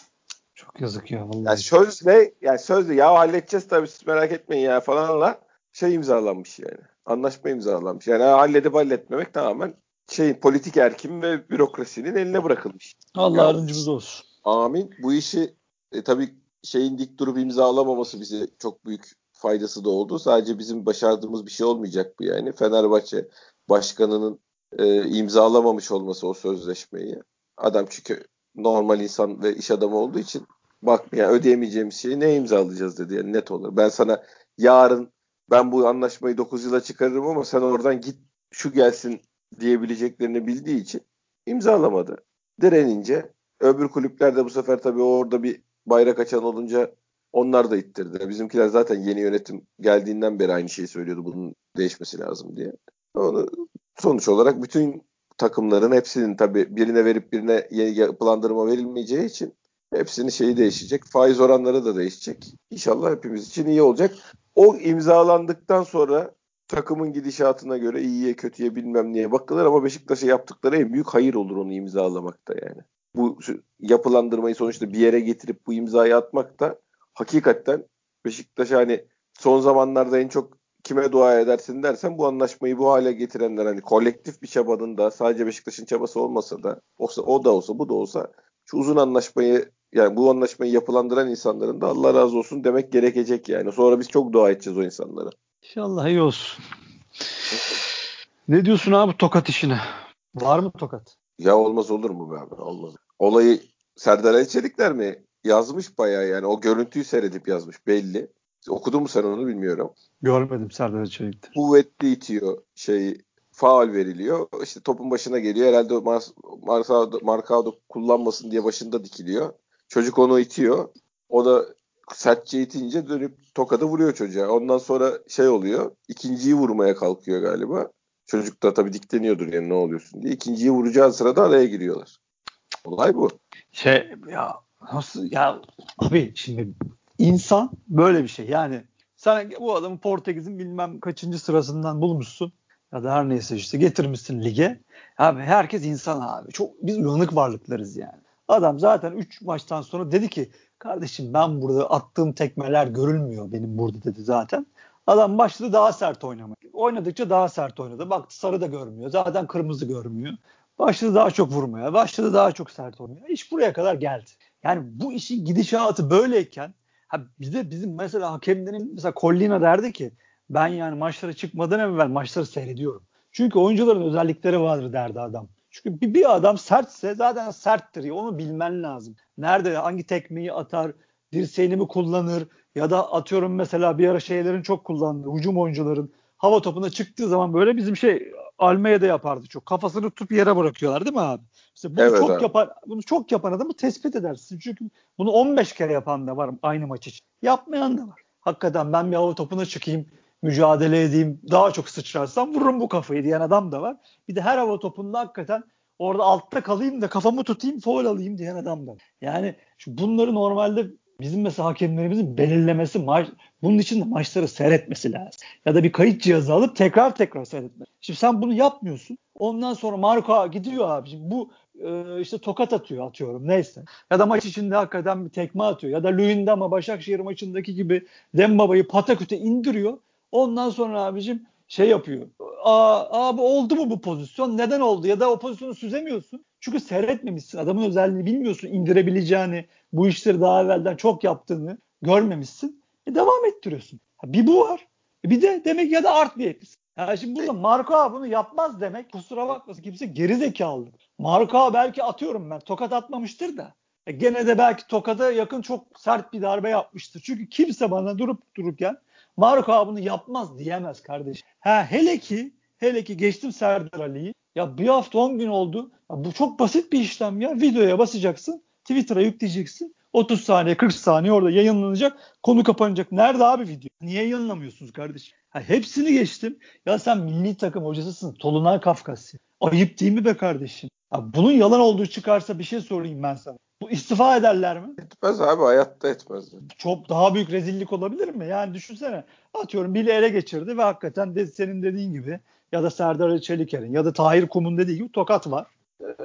Çok yazık ya
Yani
vallahi.
sözle yani sözle ya halledeceğiz tabii siz merak etmeyin ya falanla şey imzalanmış yani. Anlaşma imzalanmış. Yani halledip halletmemek tamamen şeyin politik erkin ve bürokrasinin eline bırakılmış.
Allah
Ya
yardımcımız olsun.
amin. Bu işi e, tabii şeyin dik durup imzalamaması bize çok büyük faydası da oldu. Sadece bizim başardığımız bir şey olmayacak bu yani. Fenerbahçe başkanının e, imzalamamış olması o sözleşmeyi. Adam çünkü normal insan ve iş adamı olduğu için bak yani ödeyemeyeceğimiz şeyi ne imzalayacağız dedi yani net olur. Ben sana yarın ben bu anlaşmayı dokuz yıla çıkarırım ama sen oradan git şu gelsin diyebileceklerini bildiği için imzalamadı. Direnince öbür kulüpler de bu sefer tabii orada bir bayrak açan olunca onlar da ittirdi. Bizimkiler zaten yeni yönetim geldiğinden beri aynı şeyi söylüyordu bunun değişmesi lazım diye. Onu, sonuç olarak bütün takımların hepsinin tabii birine verip birine yeni yapılandırma verilmeyeceği için hepsinin şeyi değişecek. Faiz oranları da değişecek. İnşallah hepimiz için iyi olacak. O imzalandıktan sonra takımın gidişatına göre iyiye kötüye bilmem neye bakılır ama Beşiktaş'a yaptıkları en büyük hayır olur onu imzalamakta yani. Bu yapılandırmayı sonuçta bir yere getirip bu imzayı atmak da hakikaten Beşiktaş'a hani son zamanlarda en çok kime dua edersin dersen bu anlaşmayı bu hale getirenler hani kolektif bir çabanın da sadece Beşiktaş'ın çabası olmasa da olsa, o da olsa bu da olsa şu uzun anlaşmayı yani bu anlaşmayı yapılandıran insanların da Allah razı olsun demek gerekecek yani. Sonra biz çok dua edeceğiz o insanlara.
İnşallah iyi olsun. Ne diyorsun abi tokat işine? Var mı tokat?
Ya olmaz olur mu be abi? Olmaz. Olayı Serdar Ali Çelikler mi yazmış bayağı yani o görüntüyü seyredip yazmış belli. Okudun mu sen onu bilmiyorum.
Görmedim Serdar Çelik'tir.
Kuvvetli itiyor şey faul veriliyor. İşte topun başına geliyor. Herhalde Mar- Marcao, Marcao kullanmasın diye başında dikiliyor. Çocuk onu itiyor. O da sertçe itince dönüp tokadı vuruyor çocuğa. Ondan sonra şey oluyor. İkinciyi vurmaya kalkıyor galiba. Çocuk da tabii dikleniyordur yani ne oluyorsun diye. İkinciyi vuracağı sırada araya giriyorlar. Olay bu.
Şey ya nasıl ya abi şimdi insan böyle bir şey yani sen bu adamı Portekiz'in bilmem kaçıncı sırasından bulmuşsun. ya da her neyse işte getirmişsin lige. Abi herkes insan abi. Çok biz uyanık varlıklarız yani. Adam zaten üç maçtan sonra dedi ki kardeşim ben burada attığım tekmeler görülmüyor benim burada dedi zaten. Adam başladı daha sert oynamaya. Oynadıkça daha sert oynadı. Baktı sarı da görmüyor. Zaten kırmızı görmüyor. Başladı daha çok vurmaya. Başladı daha çok sert oynamaya. İş buraya kadar geldi. Yani bu işin gidişatı böyleyken ha bize bizim mesela hakemlerin mesela Collina derdi ki ben yani maçlara çıkmadan evvel maçları seyrediyorum. Çünkü oyuncuların özellikleri vardır derdi adam. Çünkü bir, bir adam sertse zaten serttir. Ya, onu bilmen lazım. Nerede hangi tekmeyi atar, dirseğini mi kullanır ya da atıyorum mesela bir ara şeylerin çok kullandığı hücum oyuncuların hava topuna çıktığı zaman böyle bizim şey Almeyda yapardı çok. Kafasını tutup yere bırakıyorlar değil mi abi? İşte bunu
Evet
çok
abi.
yapan bunu çok yapan adamı tespit edersin. Çünkü bunu on beş kere yapan da var aynı maç için. Yapmayan da var. Hakikaten ben bir hava topuna çıkayım, mücadele edeyim, daha çok sıçrarsam vururum bu kafayı diyen adam da var. Bir de her hava topunda hakikaten orada altta kalayım da kafamı tutayım, faul alayım diyen adam da var. Yani şu bunları normalde bizim mesela hakemlerimizin belirlemesi maç, bunun için de maçları seyretmesi lazım. Ya da bir kayıt cihazı alıp tekrar tekrar seyretmesi. Şimdi sen bunu yapmıyorsun. Ondan sonra Marco gidiyor abi. Şimdi bu e, işte tokat atıyor atıyorum neyse. Ya da maç içinde hakikaten bir tekme atıyor. Ya da Luyendama Başakşehir maçındaki gibi Dembaba'yı pataküte indiriyor. Ondan sonra abicim şey yapıyor. Aa, abi oldu mu bu pozisyon? Neden oldu? Ya da o pozisyonu süzemiyorsun. Çünkü seyretmemişsin. Adamın özelliğini bilmiyorsun. İndirebileceğini, bu işleri daha evvelden çok yaptığını görmemişsin. E devam ettiriyorsun. Ha, bir bu var. E bir de demek ya da art niyetlisin. Ya şimdi burada Marco bunu yapmaz demek. Kusura bakmasın kimse geri zekalı. Marco belki atıyorum ben tokat atmamıştır da. E gene de belki tokada yakın çok sert bir darbe yapmıştır. Çünkü kimse bana durup dururken Marco bunu yapmaz diyemez kardeşim. Ha, hele ki hele ki geçtim Serdar Ali'yi. Ya bir hafta on gün oldu. Ya bu çok basit bir işlem ya. Videoya basacaksın. Twitter'a yükleyeceksin. otuz saniye kırk saniye orada yayınlanacak. Konu kapanacak. Nerede abi video? Niye yayınlamıyorsunuz kardeşim? Ha, hepsini geçtim. Ya sen milli takım hocasısın. Tolunay Kafkasya. Ayıp değil mi be kardeşim? Ya bunun yalan olduğu çıkarsa bir şey sorayım ben sana. Bu istifa ederler mi?
Etmez abi, hayatta etmez.
Çok daha büyük rezillik olabilir mi? Yani düşünsene. Atıyorum biri ele geçirdi ve hakikaten de senin dediğin gibi ya da Serdar Ali Çeliker'in ya da Tahir Kum'un dediği gibi tokat var. Ee,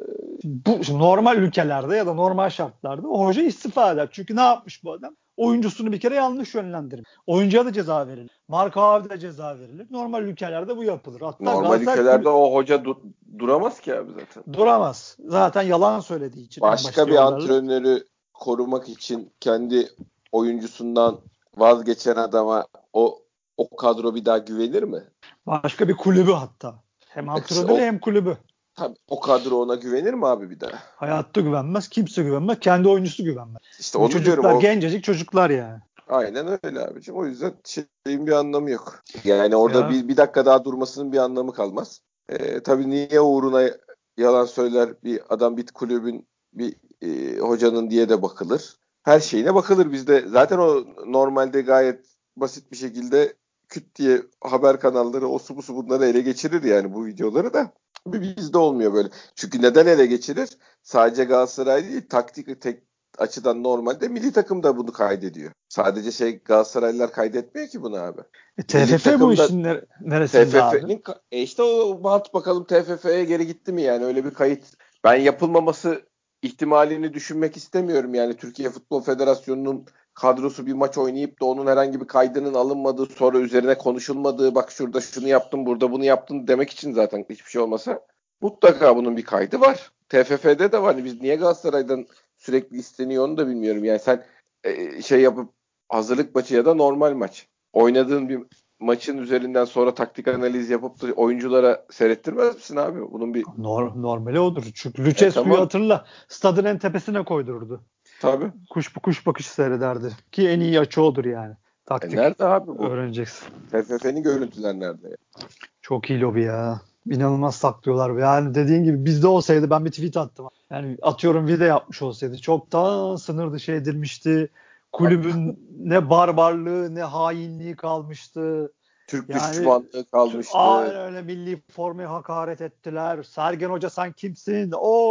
bu şimdi normal ülkelerde ya da normal şartlarda o hoca istifa eder. Çünkü ne yapmış bu adam? Oyuncusunu bir kere yanlış yönlendirmiş. Oyuncuya da ceza verilir. Marka abi de ceza verilir. Normal ülkelerde bu yapılır. Hatta
Normal
Galatasaray
ülkelerde
kulü-
o hoca du- duramaz ki abi zaten.
duramaz. Zaten yalan söylediği için en
Başka
başta
bir
yollarlar.
antrenörü korumak için kendi oyuncusundan vazgeçen adama o o kadro bir daha güvenir mi?
Başka bir kulübü hatta. Hem
İşte
antrenörü
o
hem kulübü.
tabii o kadro ona güvenir mi abi bir daha?
Hayatta güvenmez. Kimse güvenmez. Kendi oyuncusu güvenmez.
İşte
Bu
onu diyorum,
çocuklar
o
gencecik çocuklar yani.
aynen öyle abicim. O yüzden şeyin bir anlamı yok. Yani orada
Ya
bir, bir dakika daha durmasının bir anlamı kalmaz. Ee, tabii niye uğruna yalan söyler bir adam, bir kulübün, bir e, hocanın diye de bakılır. Her şeyine bakılır bizde. Zaten o normalde gayet basit bir şekilde küt diye haber kanalları o su bu su bunları ele geçirir yani, bu videoları da. Bizde olmuyor böyle. Çünkü neden ele geçirir? Sadece Galatasaray değil, taktik tek açıdan normalde milli takım da bunu kaydediyor. Sadece şey Galatasaraylılar kaydetmiyor ki bunu abi.
e,
Milli
T F F bu
takım da
işin ner- neresinde abi?
T F F'nin e işte o bant bakalım T F F'ye geri gitti mi yani, öyle bir kayıt. Ben yapılmaması ihtimalini düşünmek istemiyorum yani. Türkiye Futbol Federasyonu'nun kadrosu bir maç oynayıp da onun herhangi bir kaydının alınmadığı, sonra üzerine konuşulmadığı, bak şurada şunu yaptım burada bunu yaptım demek için zaten hiçbir şey olmasa mutlaka bunun bir kaydı var. T F F'de de var. Biz niye Galatasaray'dan sürekli isteniyor onu da bilmiyorum. Yani sen e, şey yapıp hazırlık maçı ya da normal maç oynadığın bir maçın üzerinden sonra taktik analiz yapıp da oyunculara seyrettirmez misin abi? Bunun bir
Nor- normali odur. Çünkü
e
Lucescu'yu
tamam
hatırla. Stadın en tepesine koydururdu.
tabii.
Kuş kuş bakışı seyrederdi. Ki en iyi açı odur yani.
E
Taktik
nerede abi bu?
öğreneceksin.
T F F'nin görüntüler nerede ya?
Çok iyi lobi ya. İnanılmaz saklıyorlar. Yani dediğin gibi bizde olsaydı ben bir tweet attım. Yani atıyorum video yapmış olsaydı çoktan sınır dışı edilmişti. Kulübün ne barbarlığı ne hainliği kalmıştı.
Türk
Yani
düşmanlığı
aynen
kalmıştı.
öyle milli formaya hakaret ettiler. Sergen Hoca sen kimsin?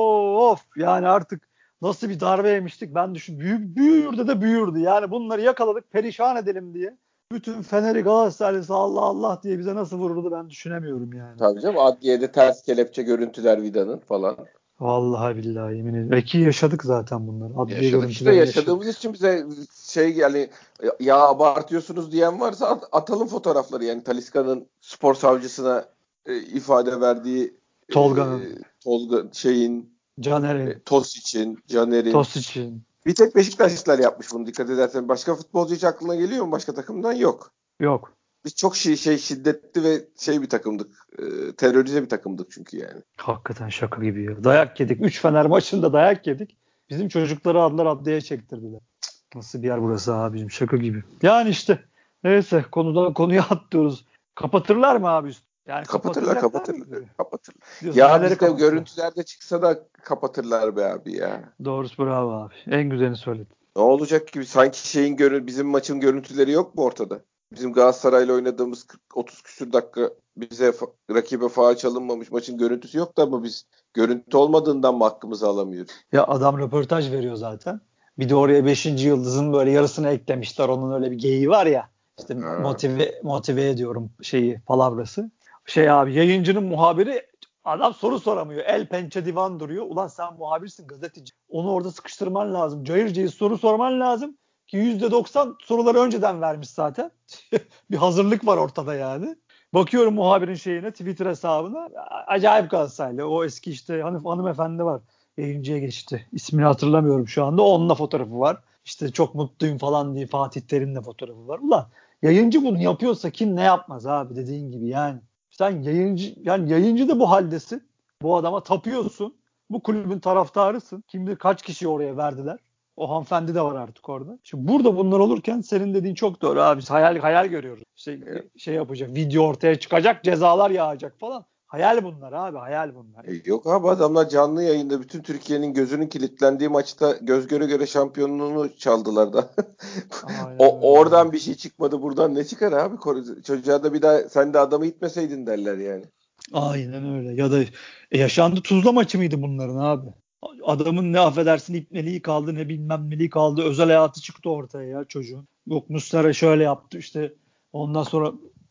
Of yani artık nasıl bir darbe yemiştik ben düşün. Büyük, büyürdü de büyürdü. Yani bunları yakaladık perişan edelim diye. bütün Fener'i Galatasaraylısı Allah Allah diye bize nasıl vururdu ben düşünemiyorum yani.
Tabii canım, adliyede ters kelepçe görüntüler Vida'nın falan.
Vallahi billahi yemin ederim. Eki yaşadık zaten bunları. Adliye
Yaşadık işte,
görüntülerini yaşadık.
yaşadığımız için bize şey yani, ya abartıyorsunuz diyen varsa at- atalım fotoğrafları. Yani Talisca'nın spor savcısına e, ifade verdiği, e,
Tolga'nın,
Tolga şeyin,
Caner'in,
e, Tosic'in, Caner'in.
Tosic'in.
Bir tek Beşiktaşlılar yapmış bunu, dikkat edersen. Başka futbolcu hiç aklına geliyor mu başka takımdan? Yok.
Yok.
Biz çok şey, şey şiddetli ve şey bir takımdık. E, terörize bir takımdık çünkü yani.
Hakikaten şaka gibi ya. Dayak yedik. Üç Fener maçında dayak yedik. Bizim çocukları aldılar adliyeye çektirdiler. Cık, nasıl bir yer burası abicim, şaka gibi. Yani işte neyse konudan konuya atlıyoruz. Kapatırlar mı abi? Yani
Kapatırlar,
kapatacaklar mı?
kapatırlar, kapatırlar.
Diyorsun
Ya
neleri
bizde
kapatacak?
görüntülerde çıksa da kapatırlar be abi ya.
Doğrusu bravo abi. En güzelini söyledin.
Ne olacak gibi, sanki şeyin görü bizim maçın görüntüleri yok mu ortada? Bizim Galatasaray'la oynadığımız kırk otuz küsür dakika bize fa- rakibe faul çalınmamış maçın görüntüsü yok da, ama biz görüntü olmadığından mı hakkımızı alamıyoruz?
Ya adam röportaj veriyor zaten. Bir de oraya beşinci yıldızın böyle yarısını eklemişler. Onun öyle bir geyiği var ya. İşte
Ha.
motive motive ediyorum şeyi palavrası. Şey abi yayıncının muhabiri adam soru soramıyor. El pençe divan duruyor. Ulan sen muhabirsin, gazeteci. Onu orada sıkıştırman lazım. Cayır cayır soru sorman lazım. Ki yüzde doksan soruları önceden vermiş zaten. Bir hazırlık var ortada yani. Bakıyorum muhabirin şeyine, Twitter hesabına. Acayip Galatasaraylı. O eski işte hanım, hanımefendi var. Yayıncıya geçti. İsmini hatırlamıyorum şu anda. Onunla fotoğrafı var. İşte çok mutluyum falan diye Fatih Terim'le fotoğrafı var. Ulan yayıncı bunu yapıyorsa kim ne yapmaz abi, dediğin gibi yani. Sen yayıncı, yani yayıncı da bu haldesin. Bu adama tapıyorsun. Bu kulübün taraftarısın. Kim bilir kaç kişi oraya verdiler. O hanımefendi de var artık orada. Şimdi burada bunlar olurken senin dediğin çok doğru abi. Biz hayal hayal görüyoruz. İşte şey yapacak, video ortaya çıkacak, cezalar yağacak falan. Hayal bunlar abi, hayal bunlar.
E, yok abi, adamlar canlı yayında bütün Türkiye'nin gözünün kilitlendiği maçta göz göre göre şampiyonluğunu çaldılar da.
Aynen
O
öyle abi.
oradan bir şey çıkmadı, buradan ne çıkar abi? Ko- Çocuğa da bir daha sen de adamı itmeseydin derler yani.
Aynen öyle. Ya da e, yaşandı Tuzla maçı mıydı bunların abi? Adamın ne affedersin ipneliği kaldı, ne bilmem neliği kaldı. Özel hayatı çıktı ortaya ya çocuğun. Yok Muslera şöyle yaptı işte. Ondan sonra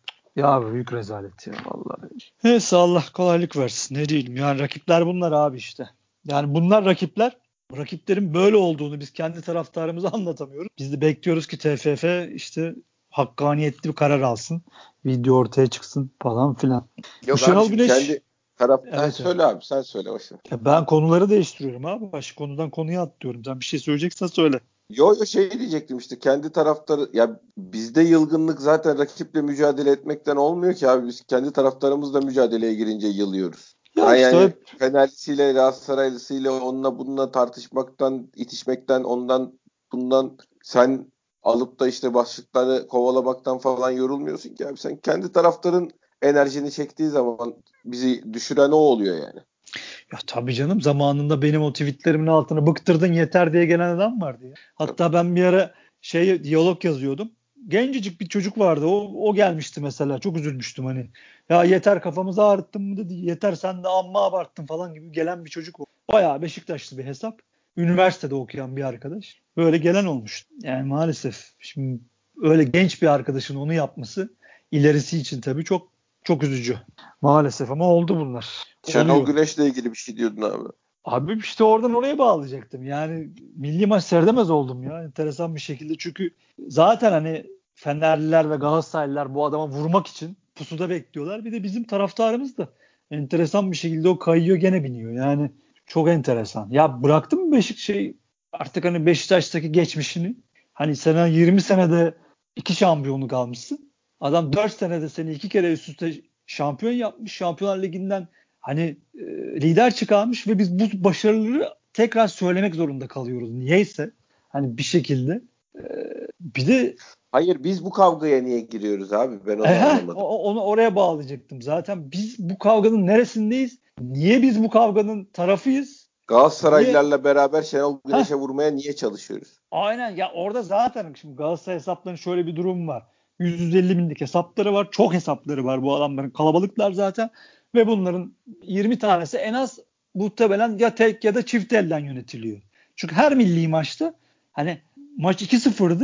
ya büyük rezalet ya vallahi. Neyse Allah kolaylık versin. Ne diyelim yani, rakipler bunlar abi işte. Yani bunlar rakipler. Rakiplerin böyle olduğunu biz kendi taraftarımıza anlatamıyoruz. Biz de bekliyoruz ki T F F işte hakkaniyetli bir karar alsın. Video ortaya çıksın falan filan. Bu
Yok abi,
Şenol
şimdi
Güneş,
kendi taraf sen
evet evet.
söyle abi, sen söyle başla.
Ya ben konuları değiştiriyorum abi. Başka konudan konuya atlıyorum. Sen bir şey söyleyeceksen söyle.
Yo yo, şey diyecektim işte, kendi taraftarı ya, bizde yılgınlık zaten rakiple mücadele etmekten olmuyor ki abi, biz kendi taraftarımızla mücadeleye girince yılıyoruz.
Ya
Ben
işte
yani
hep
Fenerlisiyle Galatasaraylısıyla onunla bununla tartışmaktan, itişmekten, ondan bundan sen alıp da işte başlıkları kovalamaktan falan yorulmuyorsun ki abi. Sen kendi taraftarın enerjini çektiği zaman bizi düşüren o oluyor yani.
ya tabii canım, zamanında benim o tweetlerimin altına bıktırdın yeter diye gelen adam vardı ya.
Tabii.
Hatta ben bir ara şey diyalog yazıyordum. Gencecik bir çocuk vardı. O, o gelmişti mesela. Çok üzülmüştüm hani. Ya yeter kafamızı ağrıttın mı dedi. Yeter sen de amma abarttın falan gibi gelen bir çocuk o. Bayağı Beşiktaşlı bir hesap. Üniversitede okuyan bir arkadaş. Böyle gelen olmuş. Yani maalesef şimdi öyle genç bir arkadaşın onu yapması ilerisi için tabii çok çok üzücü. Maalesef ama oldu bunlar.
Şenol
Oluyor.
Güneş'le ilgili bir şey diyordun abi.
Abi işte oradan oraya bağlayacaktım. Yani milli maç seyredemez oldum ya. Enteresan bir şekilde. Çünkü zaten hani Fenerliler ve Galatasaraylılar bu adama vurmak için pusuda bekliyorlar. Bir de bizim taraftarımız da enteresan bir şekilde o kayıyor gene biniyor. Yani çok enteresan. Ya bıraktın mı Beşik şey artık hani Beşiktaş'taki geçmişini? Hani sen yirmi senede iki şampiyonluk almışsın. Adam dört senede seni iki kere üst üste şampiyon yapmış. Şampiyonlar Ligi'nden hani e, lider çıkarmış ve biz bu başarıları tekrar söylemek zorunda kalıyoruz. Niyeyse hani bir şekilde. E, bir de
Hayır, biz bu kavgaya niye giriyoruz abi? Ben onu
eh,
anlamadım.
onu oraya bağlayacaktım. Zaten biz bu kavganın neresindeyiz? Niye biz bu kavganın tarafıyız? Niye?
Galatasaraylılarla beraber Şenol
Heh,
Güneş'e vurmaya niye çalışıyoruz?
aynen ya, orada zaten şimdi Galatasaray hesaplarının şöyle bir durum var. yüz elli binlik hesapları var. Çok hesapları var bu adamların. Kalabalıklar zaten. Ve bunların yirmi tanesi en az muhtemelen ya tek ya da çift elden yönetiliyor. Çünkü her milli maçta hani maç iki sıfırdı.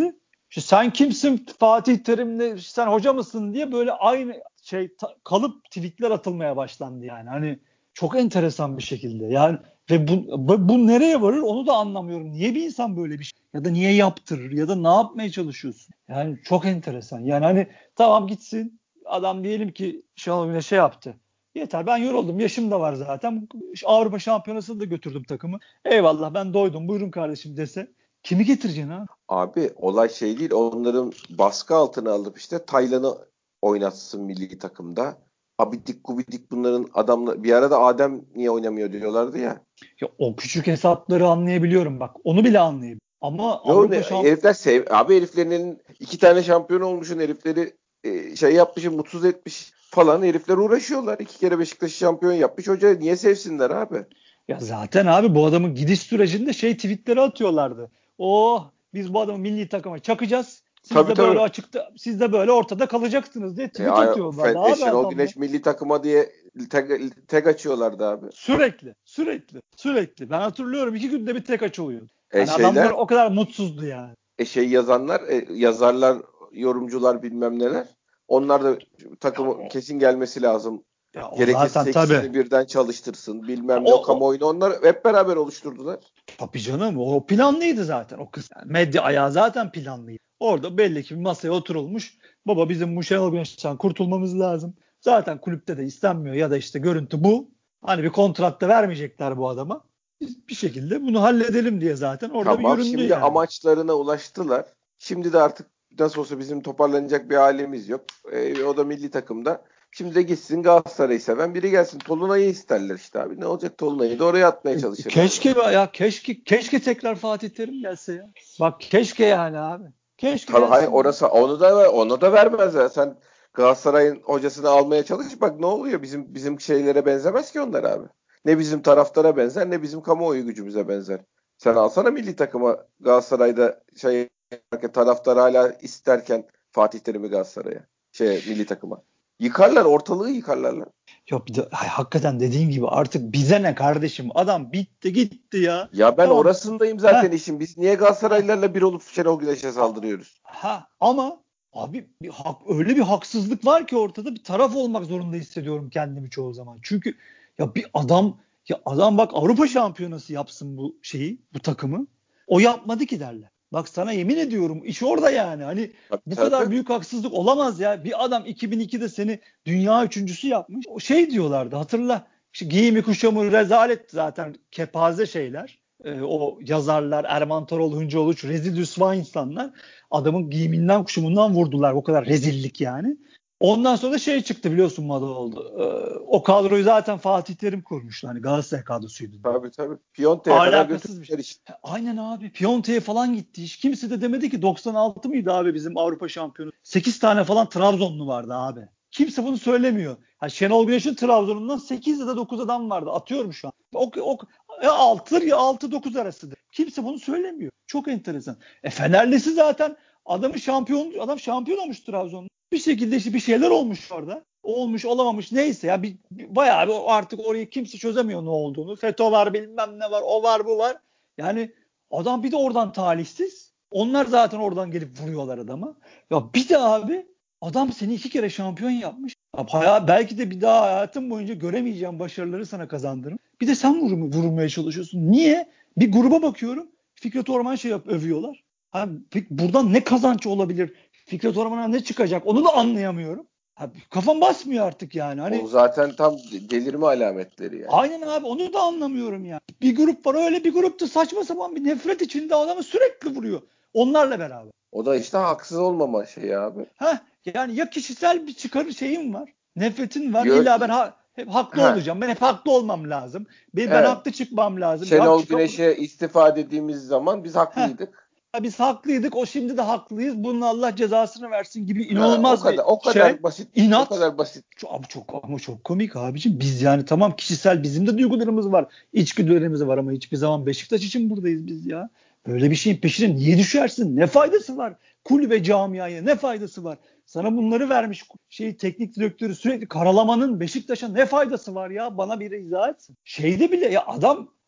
İşte sen kimsin Fatih Terim'le sen hoca mısın diye böyle aynı şey ta, kalıp tweetler atılmaya başlandı yani. Hani çok enteresan bir şekilde. Yani ve bu, bu, bu nereye varır onu da anlamıyorum. Niye bir insan böyle bir şey ya da niye yaptırır ya da ne yapmaya çalışıyorsun? Yani çok enteresan. Yani hani tamam gitsin adam diyelim ki Şenol Güneş şey yaptı. Yeter ben yoruldum. Yaşım da var zaten. Avrupa Şampiyonası'nda da götürdüm takımı. Eyvallah ben doydum. Buyurun kardeşim dese. Kimi getireceksin ha?
Abi olay şey değil. Onların baskı altına alıp işte Taylan'ı oynatsın milli takımda. Abidik gubidik bunların adamla bir arada Adem niye oynamıyor diyorlardı ya.
Ya o küçük hesapları anlayabiliyorum bak. Onu bile anlayabiliyorum. Ama
Yo, ne,
Avrupa şamp
herifler sev abi heriflerin iki tane şampiyon olmuşun herifleri e, şey yapmışım mutsuz etmiş falan herifler uğraşıyorlar. İki kere Beşiktaş'ı şampiyon yapmış. Hoca niye sevsinler abi?
ya zaten abi bu adamın gidiş sürecinde şey tweetleri atıyorlardı. Oh biz bu adamı milli takıma çakacağız. Siz
Tabii
de böyle
tabii.
açıkta siz de böyle ortada kalacaksınız diye
E,
tweet
ay-
atıyorlardı
Fe- e,
abi
Şenol
adamlar.
Güneş milli takıma diye tek, tek açıyorlardı abi.
Sürekli, sürekli, sürekli. Ben hatırlıyorum iki günde bir tek açılıyor.
E
Yani adamlar
şeyler
o kadar mutsuzdu yani.
e, şey yazanlar e, yazarlar yorumcular bilmem neler. Onlar da
Ya
takımı
o,
kesin gelmesi lazım.
ya o
Gerekirse
zaten tabii.
ikisini birden çalıştırsın
Ha,
bilmem ne
o,
o
o
kamuoyunu onlar hep beraber oluşturdular.
tabii canım o planlıydı zaten o kız. Yani medya ayağı zaten planlıydı. Orada belli ki bir masaya oturulmuş. Baba bizim bu Şenol Güneş'ten kurtulmamız lazım. Zaten kulüpte de istenmiyor ya da işte görüntü bu. Hani bir kontratta vermeyecekler bu adama. Biz bir şekilde bunu halledelim diye zaten orada bir
Tamam
yüründü
şimdi
yani.
amaçlarına ulaştılar. Şimdi de artık nasıl olsa bizim toparlanacak bir halimiz yok. E, o da milli takımda. Şimdi de gitsin Galatasaray'ı seven biri gelsin. Tolunay'ı isterler işte abi. Ne olacak Tolunay'ı da oraya atmaya çalışırlar.
Keşke ya keşke keşke tekrar Fatih Terim gelse ya. Bak keşke yani abi. Keşke
Tabii hayır
gelsin ya.
orası onu da ver, onu da vermezler. Sen Galatasaray'ın hocasını almaya çalış bak ne oluyor? Bizim bizim şeylere benzemez ki onlar abi. Ne bizim taraftara benzer ne bizim kamuoyu gücümüze benzer. Sen alsana milli takıma Galatasaray'da şey taraftar hala isterken Fatih Terim'i Galatasaray'a şey milli takıma. Yıkarlar ortalığı yıkarlar lan.
Yok bir de ay, hakikaten dediğin gibi artık bize ne kardeşim? Adam bitti gitti ya.
Ya ben
Tamam.
orasındayım zaten
Ha,
işin. Biz niye
ha,
Galatasaraylılarla bir olup Şenol Güneş'e saldırıyoruz?
ha. Ama abi bir hak, öyle bir haksızlık var ki ortada bir taraf olmak zorunda hissediyorum kendimi çoğu zaman. Çünkü ya bir adam ya adam bak Avrupa Şampiyonası yapsın bu şeyi, bu takımı. O yapmadı ki derler. Bak sana yemin ediyorum iş orada yani. Hani
Tabii
bu kadar
tabii.
büyük haksızlık olamaz ya. Bir adam iki bin ikide seni dünya üçüncüsü yapmış. O şey diyorlardı hatırla. İşte giyimi kuşamı rezalet zaten kepaze şeyler. Ee, o yazarlar Erman Toroğlu, Hınca Uluç rezil rüsva insanlar. Adamın giyiminden kuşumundan vurdular. O kadar rezillik yani. Ondan sonra da şey çıktı biliyorsun moda oldu. Ee, o kadroyu zaten Fatih Terim kurmuştu. Hani Galatasaray kadrosuydu diye.
Tabii tabii. Piyonte'ye kadar
Alakasız bir şey.
götürdüler işte.
Aynen abi. Piontek'e falan gitti. Hiç kimse de demedi ki doksan altı mıydı abi bizim Avrupa şampiyonu? sekiz tane falan Trabzonlu vardı abi. Kimse bunu söylemiyor. Ha, Şenol Güneş'in Trabzon'undan sekiz ya da dokuz adam vardı. Atıyorum şu an. O, o, ya altı ya altı dokuz arasıdır. Kimse bunu söylemiyor. Çok enteresan. E Fenerlisi zaten adamı şampiyon adam şampiyon olmuş Trabzon'da. Bir şekilde işte bir şeyler olmuş orada. Olmuş olamamış neyse ya bir, bir bayağı bir artık orayı kimse çözemiyor ne olduğunu. FETÖ var bilmem ne var o var bu var. Yani adam bir de oradan talihsiz. Onlar zaten oradan gelip vuruyorlar adama. Ya bir de abi adam seni iki kere şampiyon yapmış. Ya bayağı, belki de bir daha hayatın boyunca göremeyeceğim başarıları sana kazandırım. Bir de sen vur, vurmaya çalışıyorsun. Niye? Bir gruba bakıyorum. Fikret Orman şey yap, övüyorlar. Ha, buradan ne kazanç olabilir? Fikret Orman'a ne çıkacak? Onu da anlayamıyorum. Ha, kafam basmıyor artık yani.
O
Hani
zaten tam delirme alametleri yani.
aynen abi onu da anlamıyorum ya. Bir grup var öyle bir grupta saçma sapan bir nefret içinde adamı sürekli vuruyor. Onlarla beraber.
O da işte haksız olmama şeyi abi.
Ha yani ya kişisel bir çıkarı şeyim var. Nefretin var.
Yo,
İlla ben ha, hep haklı
ha,
olacağım. Ben hep haklı olmam lazım. Ben, ben
evet.
haklı çıkmam lazım. Ya
Şenol
çıkam
Güneş'e istifa dediğimiz zaman biz
ha,
haklıydık.
biz haklıydık. O şimdi de haklıyız. Bunun Allah cezasını versin gibi
Ha, o
inanılmaz bir
kadar o
şey.
kadar basit. O
İnat.
kadar basit.
Çok, abi çok ama çok komik abicim. Biz yani tamam kişisel bizim de duygularımız var. İçgüdülerimiz var ama hiçbir zaman Beşiktaş için buradayız biz ya. Böyle bir şeyin peşine niye düşersin? Ne faydası var? Kulübe camiaya ne faydası var? Sana bunları vermiş şey teknik direktörü sürekli karalamanın Beşiktaş'a ne faydası var ya? Bana bir izah etsin. Şeyde bile ya adam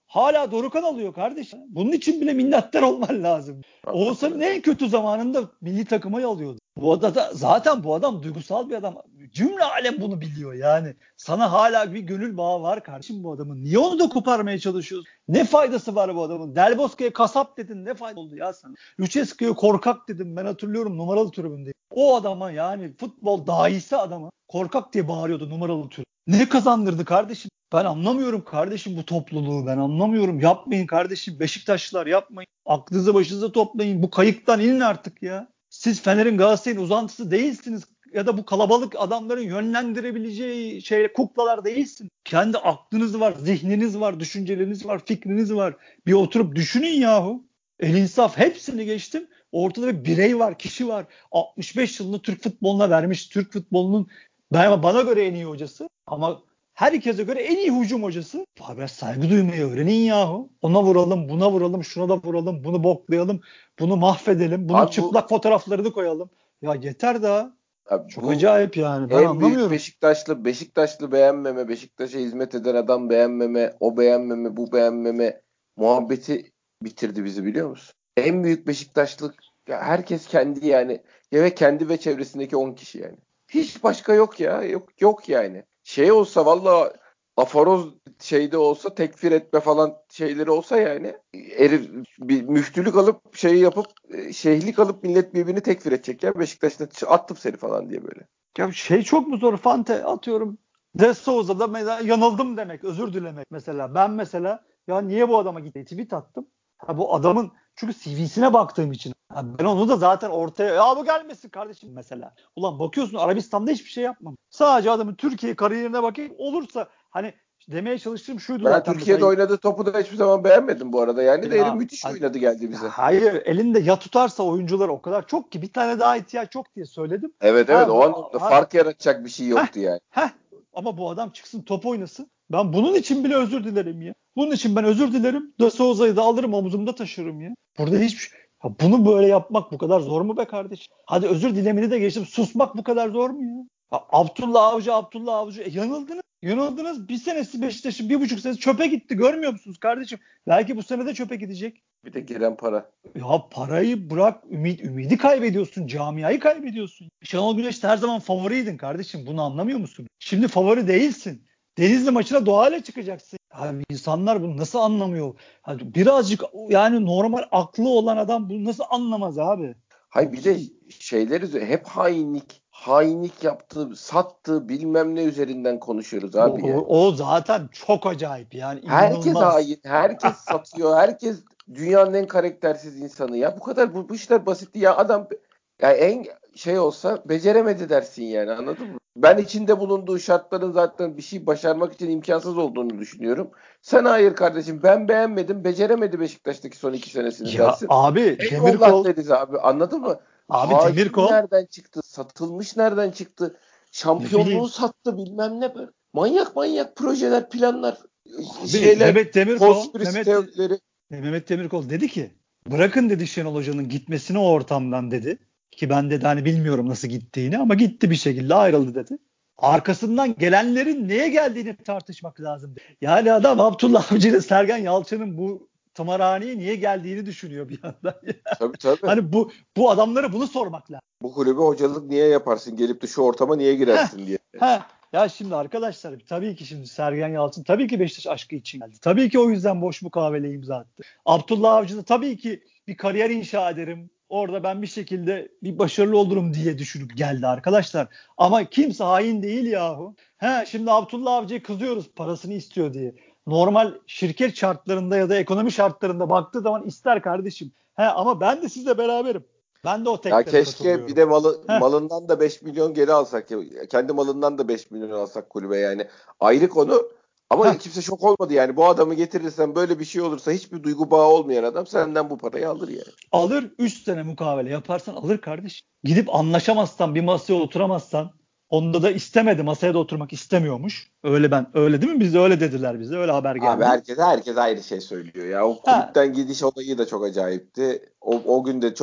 hala Dorukhan alıyor kardeşim. Bunun için bile minnettar olman lazım. Oğuzhan'ın en kötü zamanında milli takıma alıyordu. Bu adada zaten bu adam duygusal bir adam. Cümle alem bunu biliyor yani. Sana hala bir gönül bağı var kardeşim bu adamın. Niye onu da koparmaya çalışıyorsun? Ne faydası var bu adamın? Del Bosque'ye kasap dedin, ne fayda oldu ya sana? Lucescu'ya korkak dedim, ben hatırlıyorum, numaralı tribünde. O adama, yani futbol dahisi adama korkak diye bağırıyordu numaralı tribün. Ne kazandırdı kardeşim? Ben anlamıyorum kardeşim bu topluluğu. Ben anlamıyorum. Yapmayın kardeşim. Beşiktaşlılar yapmayın. Aklınızı başınıza toplayın. Bu kayıktan inin artık ya. Siz Fener'in, Galatasaray'ın uzantısı değilsiniz. Ya da bu kalabalık adamların yönlendirebileceği şey, kuklalar değilsin. Kendi aklınız var, zihniniz var, düşünceleriniz var, fikriniz var. Bir oturup düşünün yahu. El insaf, hepsini geçtim. Ortada bir birey var, kişi var. altmış beş yılını Türk futboluna vermiş. Türk futbolunun ben, bana göre en iyi hocası. Ama herkese göre en iyi hücum hocası. Biraz saygı duymayı öğrenin yahu. Ona vuralım, buna vuralım, şuna da vuralım, bunu boklayalım, bunu mahvedelim, bunun
Abi
çıplak
bu,
fotoğraflarını koyalım. Ya yeter daha.
abi
Çok
bu
acayip yani. Ben
en büyük
anlamıyorum.
Beşiktaşlı Beşiktaşlı beğenmeme, Beşiktaş'a hizmet eden adam beğenmeme, o beğenmeme, bu beğenmeme muhabbeti bitirdi bizi, biliyor musun? En büyük Beşiktaşlı ya, herkes kendi yani, ya ve kendi ve çevresindeki on kişi yani. Hiç başka yok ya. Yok yok yani. Şey olsa valla, aforoz şeyde olsa, tekfir etme falan şeyleri olsa yani, herif bir müftülük alıp şey yapıp e, şeyhlik alıp millet birbirini tekfir edecek ya, Beşiktaş'ta attım seni falan diye böyle.
Ya şey çok mu zor? Fante atıyorum. De Souza'da mesela yanıldım demek, özür dilemek mesela. Ben mesela ya niye bu adama gitti? Tweet attım. Ha, bu adamın çünkü C V'sine baktığım için. Ha, ben onu da zaten ortaya, ya bu gelmesin kardeşim mesela. Ulan bakıyorsun Arabistan'da hiçbir şey yapmam. Sadece adamın Türkiye kariyerine bakayım. Olursa hani demeye çalıştığım şuydu
Ben
zaten
Türkiye'de
mesela.
oynadığı topu da hiçbir zaman beğenmedim bu arada. Yani de herif
Ya,
müthiş
hani,
oynadı geldi
ya
bize.
hayır, elinde ya tutarsa oyuncular o kadar çok ki bir tane daha ihtiyaç yok diye söyledim.
Evet evet,
Ha,
o anlamda
ha,
fark yaratacak bir şey
heh,
yoktu yani.
heh. Ama bu adam çıksın top oynasın. Ben bunun için bile özür dilerim ya. Bunun için ben özür dilerim. De Souza'yı da alırım, omzumda taşırım ya. Burada hiçbir şey. Ya bunu böyle yapmak bu kadar zor mu be kardeşim? Hadi özür dilemini de geçtim. Susmak bu kadar zor mu ya? Ya Abdullah Avcı, Abdullah Avcı. E, yanıldınız. Yanıldınız. Bir senesi Beşiktaş'ın, bir buçuk senesi çöpe gitti. Görmüyor musunuz kardeşim? Belki bu sene de çöpe gidecek.
Bir de giren para.
Ya parayı bırak, ümit, ümidi kaybediyorsun, camiayı kaybediyorsun. Şenol Güneş'te her zaman favoriydin kardeşim, bunu anlamıyor musun? Şimdi favori değilsin. Denizli maçına doğayla çıkacaksın. Abi insanlar bunu nasıl anlamıyor? Hadi birazcık yani normal aklı olan adam bunu nasıl anlamaz abi?
Hay
Bu,
bir de şeyleri hep hainlik, hainlik yaptığı, sattığı bilmem ne üzerinden konuşuyoruz
o,
abi yani.
o zaten çok acayip yani,
Herkes
inanılmaz.
hain, herkes satıyor, herkes dünyanın en karaktersiz insanı ya. Bu kadar bu, bu işler basit ya, adam ya en şey olsa beceremedi dersin yani, anladın mı? Ben içinde bulunduğu şartların zaten bir şey başarmak için imkansız olduğunu düşünüyorum. Sen hayır kardeşim, ben beğenmedim, beceremedi Beşiktaş'taki son iki senesini
Ya
dersin.
abi
Eyvallah
Demirkol,
deriz abi, anladın mı?
abi
Hain
Demirkol,
nereden çıktı? Satılmış nereden çıktı?
ne
Şampiyonluğu
bileyim
sattı bilmem ne böyle. Manyak manyak projeler, planlar,
abi,
şeyler,
Mehmet Demirkol,
konspirasi
Mehmet
teorileri.
E, Mehmet Demirkol dedi ki bırakın dedi Şenol Hoca'nın gitmesini o ortamdan dedi. Ki ben dedi hani bilmiyorum nasıl gittiğini ama gitti bir şekilde, ayrıldı dedi. Arkasından gelenlerin neye geldiğini tartışmak lazım dedi. Yani adam Abdullah Avcı ile Sergen Yalçın'ın bu tımarhaneye niye geldiğini düşünüyor bir yandan.
Tabii tabii.
Hani bu bu adamlara bunu sormak lazım.
Bu kulübe hocalık niye yaparsın? Gelip de şu ortama niye
Heh,
girersin diye.
heh. Ya şimdi arkadaşlar tabii ki şimdi Sergen Yalçın tabii ki Beşiktaş aşkı için geldi. Tabii ki o yüzden boş mukavele imza attı. Abdullah Avcı da tabii ki bir kariyer inşa ederim. Orada ben bir şekilde bir başarılı olurum diye düşünüp geldi arkadaşlar. Ama kimse hain değil yahu. He, şimdi Abdullah Avcı'ya kızıyoruz parasını istiyor diye. Normal şirket şartlarında ya da ekonomi şartlarında baktığı zaman ister kardeşim. He, ama ben de sizle beraberim. Ben de o
Ya
teklere
keşke bir
katılıyorum.
de malı,
Heh,
malından da beş milyon geri alsak ya. Kendi malından da beş milyon alsak kulübe yani. Ayrı konu, ama
heh.
kimse şok olmadı yani. Bu adamı getirirsen, böyle bir şey olursa, hiçbir duygu bağı olmayan adam senden bu parayı alır yani.
Alır, üç sene mukavele yaparsan alır kardeş. Gidip anlaşamazsan, bir masaya oturamazsan, onda da istemedi, masaya da oturmak istemiyormuş. Öyle ben öyle değil mi? Bize öyle dediler, bize öyle haber
Abi
geldi.
herkes herkes ayrı şey söylüyor ya. O
Ha,
kulüpten gidiş olayı da çok acayipti. O, o gün de çok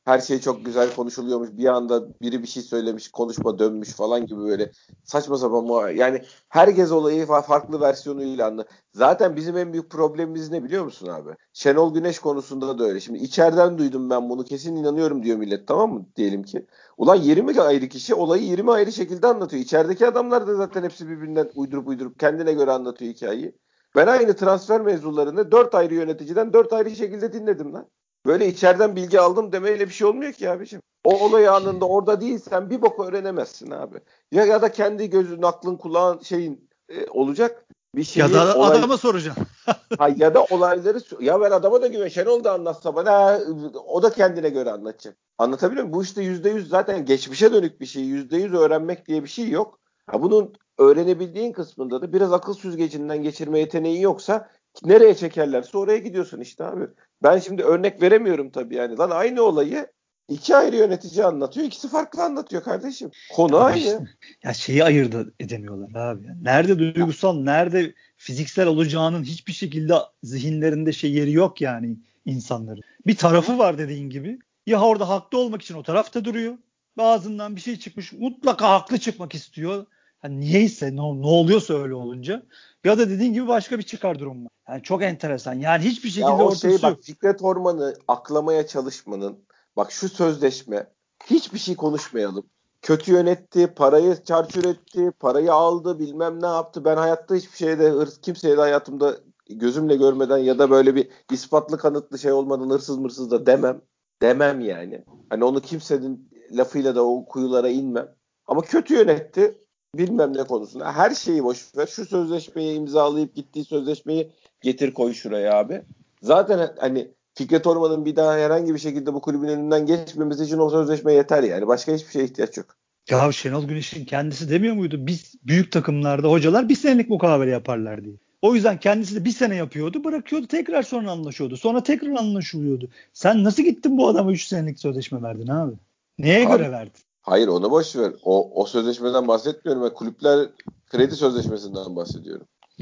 Her şey çok güzel konuşuluyormuş. Bir anda biri bir şey söylemiş, konuşma dönmüş falan gibi böyle saçma sapan muha- yani herkes olayı fa- farklı versiyonuyla anla. Zaten bizim en büyük problemimiz ne biliyor musun abi? Şenol Güneş konusunda da öyle. Şimdi içeriden duydum ben bunu, kesin inanıyorum diyor millet, tamam mı diyelim ki. Ulan yirmi ayrı kişi olayı yirmi ayrı şekilde anlatıyor. İçerideki adamlar da zaten hepsi birbirinden uydurup uydurup kendine göre anlatıyor hikayeyi. Ben aynı transfer mevzularını dört ayrı yöneticiden dört ayrı şekilde dinledim lan. Böyle içeriden bilgi aldım demeyle bir şey olmuyor ki abiciğim. O olay anında orada değilsen bir bok öğrenemezsin abi. Ya ya da kendi gözün, aklın, kulağın şeyin e, olacak bir
Ya
şeyi
da
olay
adama soracaksın.
ha, ya da olayları ya ben adama da güven. Şenol da anlatsa bana ha, o da kendine göre anlatacak. Anlatabiliyor muyum? Bu işte yüzde yüz zaten geçmişe dönük bir şey. Yüzde yüz öğrenmek diye bir şey yok. Ha, bunun öğrenebildiğin kısmında da biraz akıl süzgecinden geçirme yeteneği yoksa nereye çekerlerse oraya gidiyorsun işte abi. Ben şimdi örnek veremiyorum tabii yani. Lan aynı olayı iki ayrı yönetici anlatıyor. İkisi farklı anlatıyor kardeşim. Konu
Abi işte,
aynı.
ya şeyi ayırt edemiyorlar abi. Nerede
Ya,
duygusal, nerede fiziksel olacağının hiçbir şekilde zihinlerinde şey yeri yok yani insanların. Bir tarafı var dediğin gibi. Ya orada haklı olmak için o tarafta duruyor. Ağzından bir şey çıkmış. Mutlaka haklı çıkmak istiyor. Yani niyeyse ne, ne oluyorsa öyle olunca. Ya da dediğin gibi başka bir çıkar durum var. Yani çok enteresan. Yani hiçbir
ya
şekilde
o şey
ortası
bak,
yok.
Fikret Orman'ı aklamaya çalışmanın, bak şu sözleşme, hiçbir şey konuşmayalım. Kötü yönetti, parayı çarçur etti, parayı aldı, bilmem ne yaptı. Ben hayatta hiçbir şeyde hırs, kimseye de hayatımda gözümle görmeden ya da böyle bir ispatlı kanıtlı şey olmadan hırsız mırsız da demem. Demem yani. Hani onu kimsenin lafıyla da o kuyulara inmem. Ama kötü yönetti, bilmem ne konusunda. Her şeyi boş ver. Şu sözleşmeyi imzalayıp gittiği sözleşmeyi getir koy şuraya abi. Zaten hani Fikret Orman'ın bir daha herhangi bir şekilde bu kulübün önünden geçmemesi için o sözleşme yeter yani. Başka hiçbir şeye ihtiyaç yok.
Ya Şenol Güneş'in kendisi demiyor muydu? Biz büyük takımlarda hocalar bir senelik mukavele yaparlar diye. O yüzden kendisi de bir sene yapıyordu, bırakıyordu, tekrar sonra anlaşıyordu. Sonra tekrar anlaşılıyordu. Sen nasıl gittin bu adama üç senelik sözleşme verdin abi? Neye
Abi
göre verdin?
hayır, onu boş ver. O, o sözleşmeden bahsetmiyorum. Ben kulüpler kredi sözleşmesinden bahsediyorum.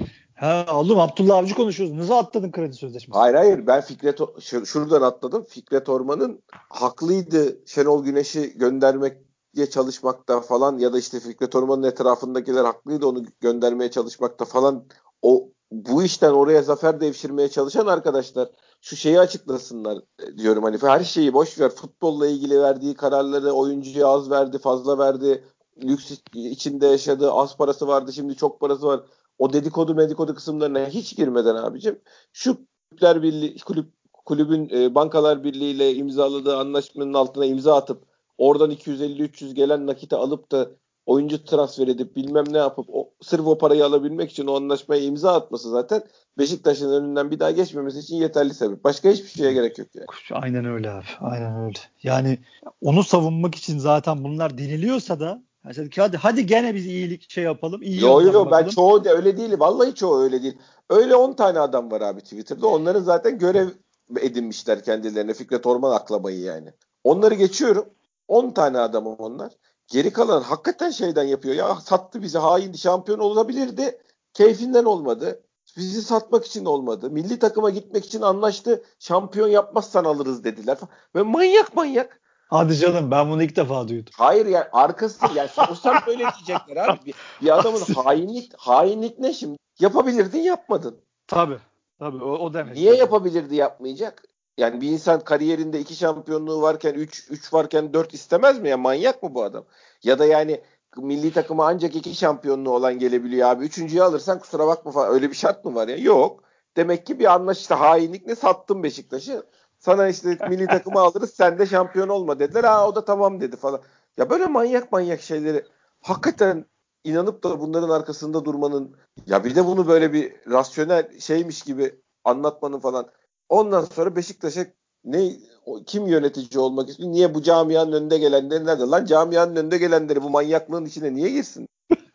Ha oğlum Abdullah Avcı konuşuyoruz. Nasıl atladın kredi sözleşmesi?
Hayır hayır, ben Fikret O- şu- şuradan atladım. Fikret Orman'ın haklıydı Şenol Güneş'i göndermeye çalışmakta falan, ya da işte Fikret Orman'ın etrafındakiler haklıydı onu göndermeye çalışmakta falan. O bu işten oraya zafer devşirmeye çalışan arkadaşlar şu şeyi açıklasınlar e, diyorum. Hani her şeyi boş ver. Futbolla ilgili verdiği kararları, oyuncuya az verdi, fazla verdi. Lüks içinde yaşadı. Az parası vardı, şimdi çok parası var. O dedikodu medikodu kısımlarına hiç girmeden abicim, şu Kulüpler Birliği kulüp kulübün e, Bankalar Birliği ile imzaladığı anlaşmanın altına imza atıp oradan iki yüz elli üç yüz gelen nakiti alıp da oyuncu transfer edip bilmem ne yapıp o, sırf o parayı alabilmek için o anlaşmaya imza atması zaten Beşiktaş'ın önünden bir daha geçmemesi için yeterli sebep. Başka hiçbir şeye gerek yok yani.
Aynen öyle abi. Aynen öyle. Yani onu savunmak için zaten bunlar deniliyorsa da mesela ki hadi hadi gene biz iyilik şey yapalım, iyi
Yo
yönden
yo, ben
bakalım.
çoğu da öyle değil. Vallahi çoğu öyle değil. Öyle on tane adam var abi Twitter'da. Onların zaten görev edinmişler kendilerine Fikret Orman aklamayı yani. Onları geçiyorum. on tane adamım onlar. Geri kalan hakikaten şeyden yapıyor. Ya sattı bizi, haindi, şampiyon olabilirdi. Keyfinden olmadı. Bizi satmak için olmadı. Milli takıma gitmek için anlaştı. Şampiyon yapmazsan alırız dediler. Ve manyak manyak.
Hadi canım ben bunu ilk defa duydum.
Hayır yani arkası, yani sorsam böyle diyecekler abi. Bir, bir adamın hainlik hainlik ne şimdi? Yapabilirdin, yapmadın.
Tabii. Tabii o, o demek
Niye
yani.
yapabilirdi, yapmayacak? Yani bir insan kariyerinde iki şampiyonluğu varken üç üç varken dört istemez mi ya? Manyak mı bu adam? Ya da yani milli takıma ancak iki şampiyonluğu olan gelebiliyor abi. Üçüncüyü alırsan kusura bakma falan. Öyle bir şart mı var ya? Yok. Demek ki bir anlaş işte, hainlik ne, sattın Beşiktaş'ı. Sana işte milli takımı alırız, sen de şampiyon olma dediler. Ha o da tamam dedi falan. Ya böyle manyak manyak şeyleri hakikaten inanıp da bunların arkasında durmanın, ya bir de bunu böyle bir rasyonel şeymiş gibi anlatmanın falan. Ondan sonra Beşiktaş'a ne kim yönetici olmak istiyor? Niye bu camianın önünde gelenleri nerede? Lan camianın önünde gelenleri bu manyaklığın içine niye girsin?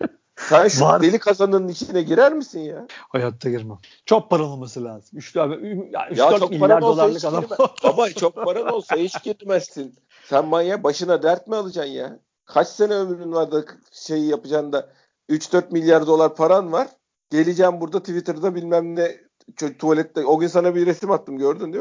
Sen şu
Var.
deli kazanın içine girer misin ya?
Hayatta girmem. Çok paran olması lazım. üç
Ya
dört
çok paran
milyar
olsa
dolarlık
hiç
adam.
girme. Baba çok paran olsa hiç girmezsin. Sen manyak başına dert mi alacaksın ya? Kaç sene ömrün var da şeyi yapacaksın da üç dört milyar dolar paran var. Geleceğim burada Twitter'da bilmem ne tuvalette. O gün sana bir resim attım, gördün değil mi?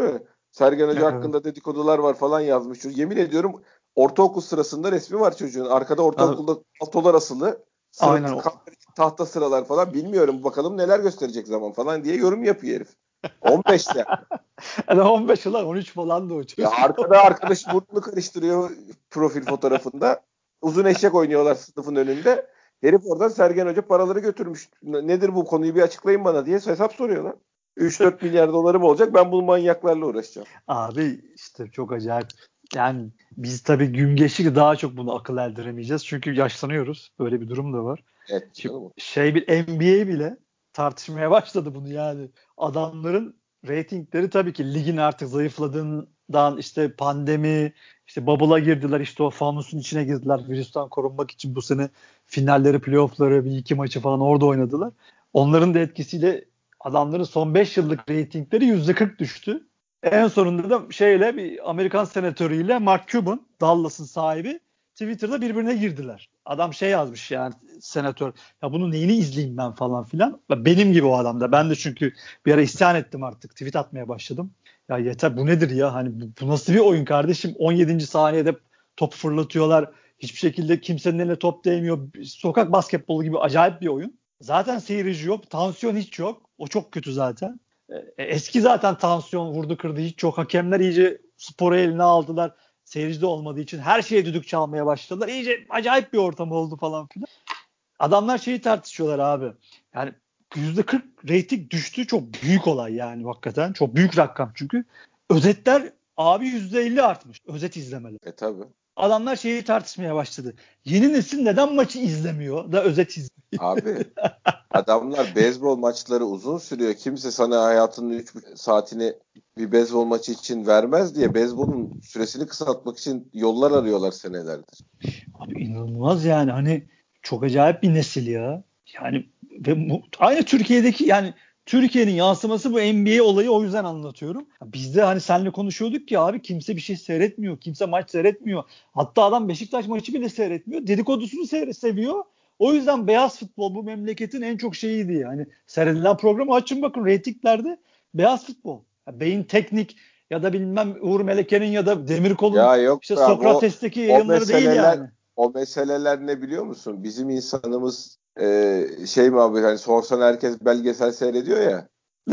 Sergen Hoca
Evet.
hakkında dedikodular var falan yazmış. Yemin ediyorum ortaokul sırasında resmi var çocuğun. Arkada ortaokulda paltolar asılı. Sıra,
Aynen o.
tahta sıralar falan. Bilmiyorum bakalım neler gösterecek zaman falan diye yorum yapıyor herif. on beşte.
Yani on beş yıl on üç falan da o
Ya
çocuk.
arkada arkadaşı burnunu karıştırıyor profil fotoğrafında. Uzun eşek oynuyorlar sınıfın önünde. Herif oradan Sergen Hoca paraları götürmüş. Nedir bu konuyu bir açıklayın bana diye hesap soruyorlar. üç dört milyar dolarım olacak, ben bu manyaklarla uğraşacağım.
Abi işte çok acayip. Yani biz tabii gün geçtikçe daha çok bunu akıl erdiremeyeceğiz. Çünkü yaşlanıyoruz. Böyle bir durum da var.
Evet
Şimdi
canım.
şey bir N B A bile tartışmaya başladı bunu yani. Adamların reytingleri tabii ki ligin artık zayıfladığından, işte pandemi, işte bubble'a girdiler, işte o fanusun içine girdiler virüsten korunmak için, bu sene finalleri, playoff'ları, bir iki maçı falan orada oynadılar. Onların da etkisiyle adamların son beş yıllık reytingleri yüzde kırk düştü. En sonunda da şeyle, bir Amerikan senatörüyle Mark Cuban, Dallas'ın sahibi, Twitter'da birbirine girdiler. Adam şey yazmış yani, senatör, ya bunun neyini izleyeyim ben falan filan. Benim gibi o adam da. Ben de çünkü bir ara isyan ettim, artık tweet atmaya başladım. Ya yeter, bu nedir ya, hani bu, bu nasıl bir oyun kardeşim? on yedinci saniyede top fırlatıyorlar. Hiçbir şekilde kimsenin eline top değmiyor. Sokak basketbolu gibi acayip bir oyun. Zaten seyirci yok. Tansiyon hiç yok. O çok kötü zaten. E, Eski zaten tansiyon vurdu kırdı hiç yok. Hakemler iyice sporu eline aldılar. Seyirci de olmadığı için her şeye düdük çalmaya başladılar. İyice acayip bir ortam oldu falan filan. Adamlar şeyi tartışıyorlar abi. Yani yüzde kırk reyting düştü. Çok büyük olay yani hakikaten. Çok büyük rakam çünkü. Özetler abi yüzde elli artmış. Özet izlemeler.
E tabi.
Adamlar şeyi tartışmaya başladı. Yeni nesil neden maçı izlemiyor da özet izliyor?
Abi adamlar beyzbol maçları uzun sürüyor. Kimse sana hayatının üç saatini bir beyzbol maçı için vermez diye beyzbolun süresini kısaltmak için yollar arıyorlar senelerdir.
Abi inanılmaz yani, hani çok acayip bir nesil ya. Yani ve bu, aynı Türkiye'deki, yani Türkiye'nin yansıması bu N B A olayı, o yüzden anlatıyorum. Bizde hani seninle konuşuyorduk ki abi, kimse bir şey seyretmiyor. Kimse maç seyretmiyor. Hatta adam Beşiktaş maçı bile seyretmiyor. Dedikodusunu seyre seviyor. O yüzden beyaz futbol bu memleketin en çok şeyiydi yani. Seyredilen programı açın bakın, reytinglerde beyaz futbol. Ya Beyin Teknik ya da bilmem Uğur Meleke'nin ya da Demirkol'un
Ya yok
işte
abi, o
Sokrates'teki
o
yayınları değil
meseleler
yani.
o meseleler ne biliyor musun? Bizim insanımız e, şey mi abi, hani sorsan herkes belgesel seyrediyor ya.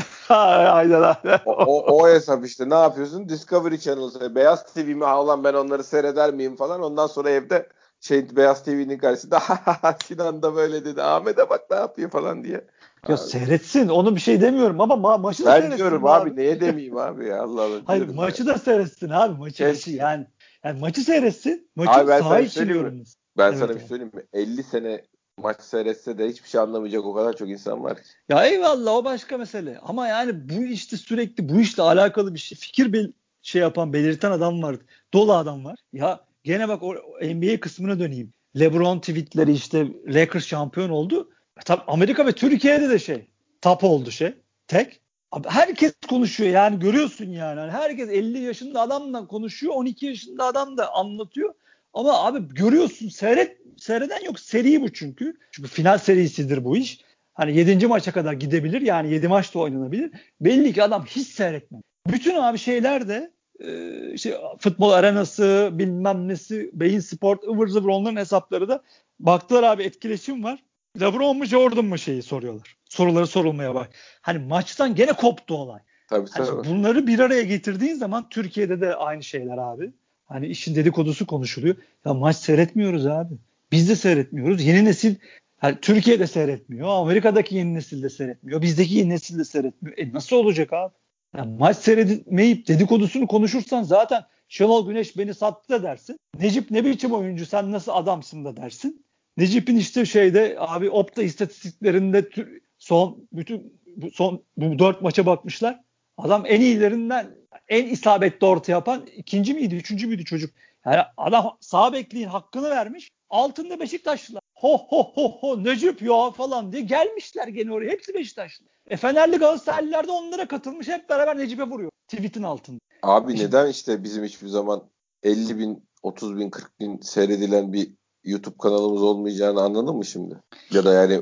Aynen aynen.
O, o, o hesap işte, ne yapıyorsun? Discovery Channel, Beyaz T V mi? Ha ulan ben onları seyreder miyim falan. Ondan sonra evde şey Beyaz T V'nin karşısında Sinan da böyle dedi. Ahmet'e bak ne yapıyor falan diye.
Ya
Abi,
seyretsin, onu bir şey demiyorum ama ma- maçı da
ben
seyretsin
diyorum
be abi.
abi, neye demeyeyim abi ya, Allah Allah
Hayır,
diyorum ya.
maçı da seyretsin abi, maçı maçı
Keşke.
yani. Yani maçı seyretsin. Maçı
Abi ben
saha
sana bir
için
söyleyeyim mi?
yorumlasın.
Ben sana
Evet
bir
abi.
söyleyeyim mi? elli sene maç seyretse de hiçbir şey anlamayacak o kadar çok insan var ki.
Ya eyvallah, o başka mesele. Ama yani bu işte sürekli bu işle alakalı bir şey, fikir bel şey yapan, belirten adam var. Dolu adam var. Ya gene bak, o N B A kısmına döneyim. LeBron tweetleri, işte Lakers şampiyon oldu. Tabii Amerika ve Türkiye'de de şey, tap oldu şey. Tek. Abi herkes konuşuyor yani, görüyorsun yani. Hani herkes elli yaşında adamla konuşuyor. on iki yaşında adam da anlatıyor. Ama abi görüyorsun, seyret, seyreden yok. Seri bu çünkü. Çünkü final serisidir bu iş. Hani yedinci maça kadar gidebilir. Yani yedi maç da oynanabilir. Belli ki adam hiç seyretmedi. Bütün abi şeyler de e, işte futbol arenası bilmem nesi, Beyin Sport, ıvır zıvır, onların hesapları da baktılar abi, etkileşim var. LeBron mu Jordan mı şeyi soruyorlar. Soruları sorulmaya bak. Hani maçtan gene koptu olay.
Tabii
Hani
tabii.
bunları bir araya getirdiğin zaman Türkiye'de de aynı şeyler abi. Hani işin dedikodusu konuşuluyor. Ya maç seyretmiyoruz abi. Biz de seyretmiyoruz. Yeni nesil, yani Türkiye'de seyretmiyor. Amerika'daki yeni nesil de seyretmiyor. Bizdeki yeni nesil de seyretmiyor. E nasıl olacak abi? Yani maç seyretmeyip dedikodusunu konuşursan zaten Şenol Güneş beni sattı da dersin. Necip ne biçim oyuncu, sen nasıl adamsın da dersin. Necip'in işte şeyde abi Opta istatistiklerinde son bütün bu son bu dört maça bakmışlar. Adam en iyilerinden, en isabetli orta yapan ikinci miydi, üçüncü müydü çocuk? Yani adam sağ bekliğin hakkını vermiş. Altında Beşiktaşlılar. Ho ho ho ho Necip ya falan diye gelmişler gene oraya. Hepsi Beşiktaşlı. E Fenerli Galatasaraylılar da onlara katılmış. Hep beraber Necip'e vuruyor. Tweet'in altında.
Abi
E şimdi,
neden işte bizim hiçbir zaman elli bin, otuz bin, kırk bin seyredilen bir YouTube kanalımız olmayacağını anladın mı şimdi? Ya da yani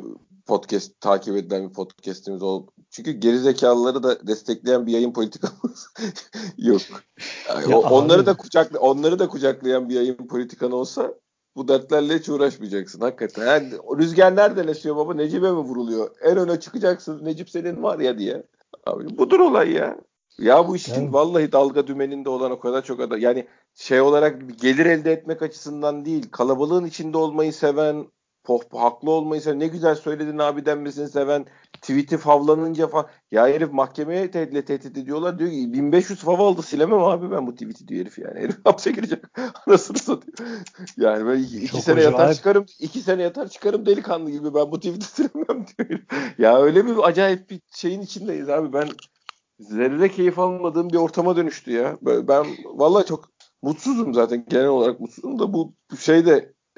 podcast takip edilen bir podcast'imiz oldu. Çünkü gerizekalıları da destekleyen bir yayın politikamız yok. Yani
Ya
o, onları
abi.
da kucakla onları da kucaklayan bir yayın politikan olsa bu dertlerle hiç uğraşmayacaksın hakikaten. Yani o rüzgar nereden esiyor baba? Necip'e mi vuruluyor? En öne çıkacaksın. Necip senin var ya diye. Abi budur olay ya. Ya bu işin
Yani,
vallahi dalga dümeninde olan o kadar çok adam. Yani şey olarak bir gelir elde etmek açısından değil. Kalabalığın içinde olmayı seven, po- haklı olmayı seven, ne güzel söyledin abi denmesini seven, tweet'i favlanınca falan. Ya herif mahkemeye tehdit, tehdit ediyorlar. Diyor ki bin beş yüz fav aldı, silemem abi ben bu tweet'i diyor herif yani. Herif hapse girecek. Anasını satıyor. Yani ben iki, iki
çok
sene yatar
acayip.
çıkarım, iki sene yatar çıkarım delikanlı gibi, ben bu tweet'i silemem diyor. Ya öyle bir acayip bir şeyin içindeyiz abi. Ben zerre keyif almadığım bir ortama dönüştü ya. Ben, ben vallahi çok mutsuzum zaten, genel olarak mutsuzum da bu şey de e,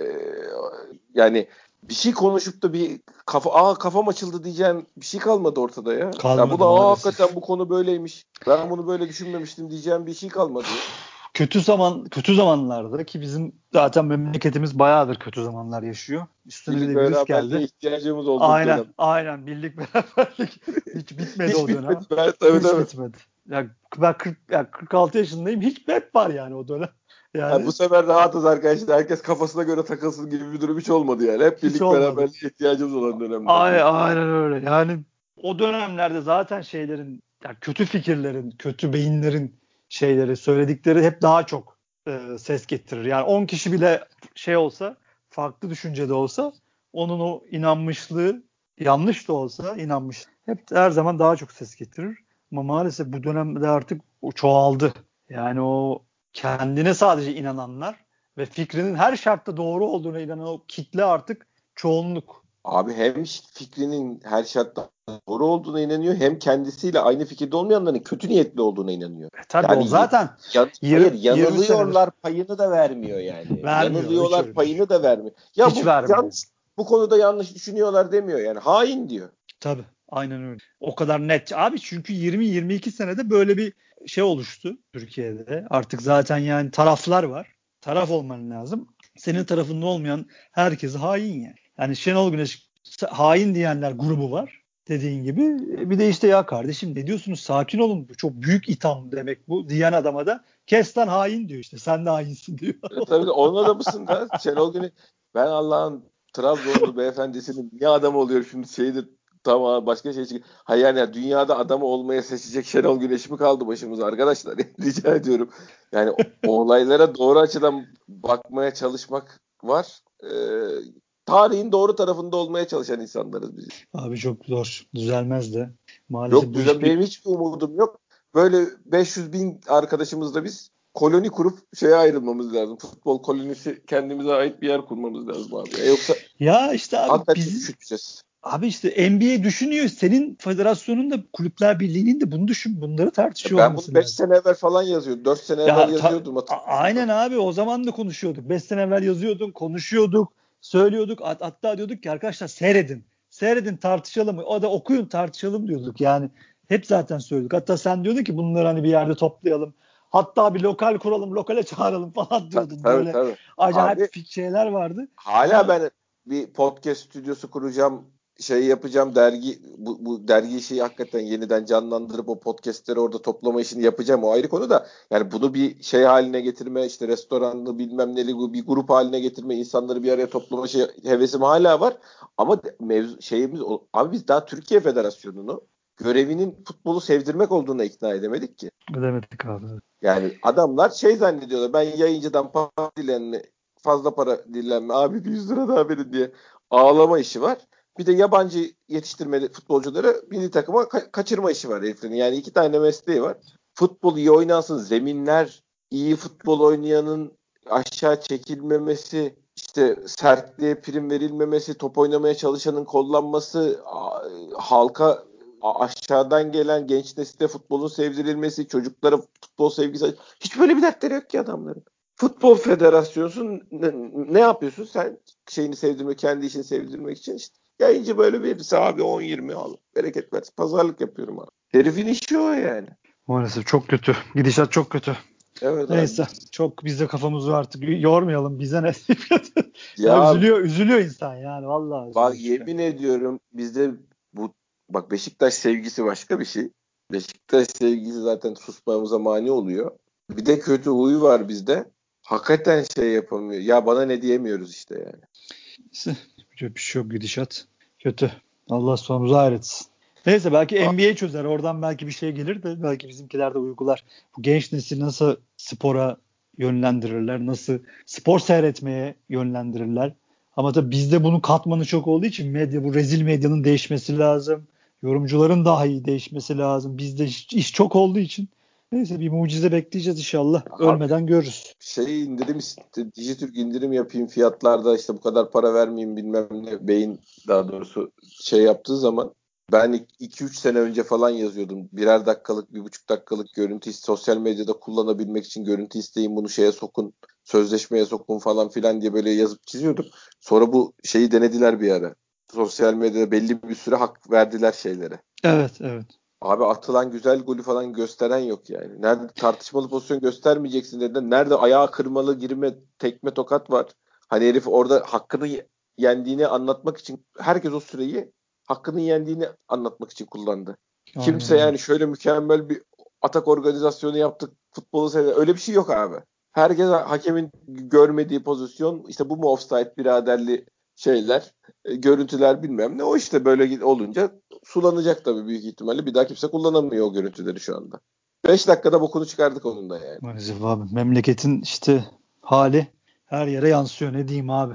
yani bir şey konuşup da bir kafa aa kafam açıldı diyeceğin bir şey kalmadı ortada ya. Ya bu
Kalmadı
da aa
maalesef.
hakikaten bu konu böyleymiş. Ben bunu böyle düşünmemiştim diyeceğim bir şey kalmadı ya.
Kötü zaman kötü zamanlarda ki bizim zaten memleketimiz bayağıdır kötü zamanlar yaşıyor. Üstüne bir
Birlik
de virüs
beraberliğe
geldi.
ihtiyacımız olduğu bir
Aynen,
dönem.
aynen birlik beraberlik hiç bitmedi
Hiç
o
bitmedi.
dönem.
Ben, tabii
Hiç
tabii.
bitmedi. Ya ben kırk, ya kırk altı yaşındayım. Hiç hep var yani o dönem.
Ha, bu
Yani
sefer rahatız arkadaşlar. Herkes kafasına göre takılsın gibi bir durum hiç olmadı yani. Hep
hiç
birlik
olmadı.
beraberliğe ihtiyacımız olan dönemler
Ay,
diyorsun.
aynen öyle. Yani o dönemlerde zaten şeylerin, ya kötü fikirlerin, kötü beyinlerin şeyleri, söyledikleri hep daha çok e, ses getirir. Yani on kişi bile şey olsa, farklı düşüncede olsa, onun o inanmışlığı yanlış da olsa inanmış. Hep her zaman daha çok ses getirir. Ama maalesef bu dönemde artık o çoğaldı. Yani o kendine sadece inananlar ve fikrinin her şartta doğru olduğuna inanan o kitle artık çoğunluk.
Abi hem fikrinin her şartta doğru olduğuna inanıyor, hem kendisiyle aynı fikirde olmayanların kötü niyetli olduğuna inanıyor.
E, tabii o
Yani
zaten
yan, hayır,
yirmi, yirmi senedir
yanılıyorlar payını da vermiyor yani.
vermiyor. Hiç
Yanılıyorlar
öyle bir şey.
payını da vermiyor. Ya
Hiç
bu
vermiyor.
yanlış, bu konuda yanlış düşünüyorlar demiyor yani. Hain diyor.
Tabii. Aynen öyle. O kadar net. Abi çünkü yirmi yirmi iki senede böyle bir şey oluştu Türkiye'de. Artık zaten yani taraflar var. Taraf olman lazım. Senin tarafında olmayan herkes hain yani. Yani Şenol Güneş hain diyenler grubu var. Dediğin gibi. Bir de işte ya kardeşim ne diyorsunuz? Sakin olun. Bu çok büyük itham demek bu. Diyen adama da kes lan hain diyor işte. Sen de hainsin diyor.
E, tabii de onun adamısın da Şenol Güneş. Ben Allah'ın Trabzonlu beyefendisinin niye adam oluyor şimdi, şeydir, tamam başka şey çıkıyor. Hayır yani dünyada adamı olmaya seçecek Şenol Güneş mi kaldı başımıza arkadaşlar? Rica ediyorum. Yani olaylara doğru açıdan bakmaya çalışmak var. Ee, tarihin doğru tarafında olmaya çalışan insanlarız biz.
Abi çok zor. Düzelmez de. Maalesef
Yok
bu iş
düzen,
bir
benim hiçbir umudum yok. Böyle beş yüz bin arkadaşımızla biz koloni kurup şeye ayrılmamız lazım. Futbol kolonisi, kendimize ait bir yer kurmamız lazım abi. E yoksa
ya işte abi
hakikaten
biz
üşüteceğiz.
abi işte N B A düşünüyor. Senin federasyonun da Kulüpler Birliği'nin de bunu düşün. Bunları tartışıyor
Ben bunu
olması
beş
lazım.
sene evvel falan yazıyordum. dört sene evvel
Ya ta-
yazıyordum,
a-
hatırlıyorsun da.
aynen abi o zaman da konuşuyorduk. Beş sene evvel yazıyorduk, konuşuyorduk, söylüyorduk. Hat- hatta diyorduk ki arkadaşlar seyredin. Seyredin tartışalım. O da okuyun tartışalım diyorduk. Yani hep zaten söyledik. Hatta sen diyordun ki bunları hani bir yerde toplayalım. Hatta bir lokal kuralım, lokale çağıralım falan
Ta-
diyordun.
Tabii
Böyle
tabii.
acayip
Abi
fik şeyler vardı.
hala
Ama
ben bir podcast stüdyosu kuracağım, şey yapacağım, dergi, bu, bu dergi işi hakikaten yeniden canlandırıp o podcastleri orada toplama işini yapacağım, o ayrı konu da. Yani bunu bir şey haline getirme, işte restoranlı bilmem neli bir grup haline getirme, insanları bir araya toplama şey hevesim hala var. Ama mevzu şeyimiz o- abi, biz daha Türkiye Federasyonu'nu görevinin futbolu sevdirmek olduğuna ikna edemedik ki.
ödemedik abi.
Yani adamlar şey zannediyorlar, ben yayıncıdan para dilenme, fazla para dilenme abi, bir yüz lira daha verin diye ağlama işi var. Bir de yabancı yetiştirmeli futbolcuları milli takıma ka- kaçırma işi var heriflerin. Yani iki tane mesleği var. Futbol iyi oynansın, zeminler iyi, futbol oynayanın aşağı çekilmemesi, işte sertliğe prim verilmemesi, top oynamaya çalışanın kollanması, a- halka a- aşağıdan gelen genç nesile futbolun sevdirilmesi, çocuklara futbol sevgisi, hiç böyle bir dertleri yok ki adamların. Futbol federasyonu ne, ne yapıyorsun? Sen şeyini sevdirmek, kendi işini sevdirmek için işte yayıncı böyle verirse abi on yirmi al. Bereket versin. Pazarlık yapıyorum abi. Herifin işi o yani.
Maalesef çok kötü. Gidişat çok kötü.
Evet abi.
Neyse çok biz de kafamızı artık yormayalım. Bize ne? Ya
Ya
üzülüyor üzülüyor insan yani vallahi
bak
üzülüyor işte.
yemin ediyorum bizde bu bak Beşiktaş sevgisi başka bir şey. Beşiktaş sevgisi zaten susmamıza mani oluyor. Bir de kötü huyu var bizde. Hakikaten şey yapamıyor. Ya bana ne diyemiyoruz işte yani.
Neyse, yapacak bir şey yok gidişat. Kötü. Allah sonumuzu hayretsin. Neyse belki N B A çözer. Oradan belki bir şey gelir de belki bizimkiler de uygular. Bu genç nesil nasıl spora yönlendirirler? Nasıl spor seyretmeye yönlendirirler? Ama tabii bizde bunun katmanı çok olduğu için medya bu rezil medyanın değişmesi lazım. Yorumcuların daha iyi değişmesi lazım. Bizde iş, iş çok olduğu için neyse bir mucize bekleyeceğiz inşallah.
Abi
Ölmeden görürüz.
şey indirim iste- Dijitürk indirim yapayım fiyatlarda işte bu kadar para vermeyeyim bilmem ne beyin daha doğrusu şey yaptığı zaman ben iki üç sene önce falan yazıyordum. Birer dakikalık, bir buçuk dakikalık görüntü is- sosyal medyada kullanabilmek için görüntü isteyin bunu şeye sokun, sözleşmeye sokun falan filan diye böyle yazıp çiziyordum. Sonra bu şeyi denediler bir ara. Sosyal medyada belli bir süre hak verdiler şeylere.
Evet, evet.
Abi atılan güzel golü falan gösteren yok yani. Nerede tartışmalı pozisyon göstermeyeceksin dediler. Nerede ayağı kırmalı girme, tekme tokat var. Hani herif orada hakkını yendiğini anlatmak için herkes o süreyi hakkını yendiğini anlatmak için kullandı.
Aynen
Kimse
öyle.
yani şöyle mükemmel bir atak organizasyonu yaptık futbolu seyreder. Öyle bir şey yok abi. Herkes hakemin görmediği pozisyon işte bu mu offside biraderli şeyler, e, görüntüler bilmem ne. O işte böyle olunca sulanacak tabii büyük ihtimalle. Bir daha kimse kullanamıyor o görüntüleri şu anda. beş dakikada bokunu çıkardık onun da yani.
Maalesef abi. Memleketin işte hali her yere yansıyor. Ne diyeyim abi.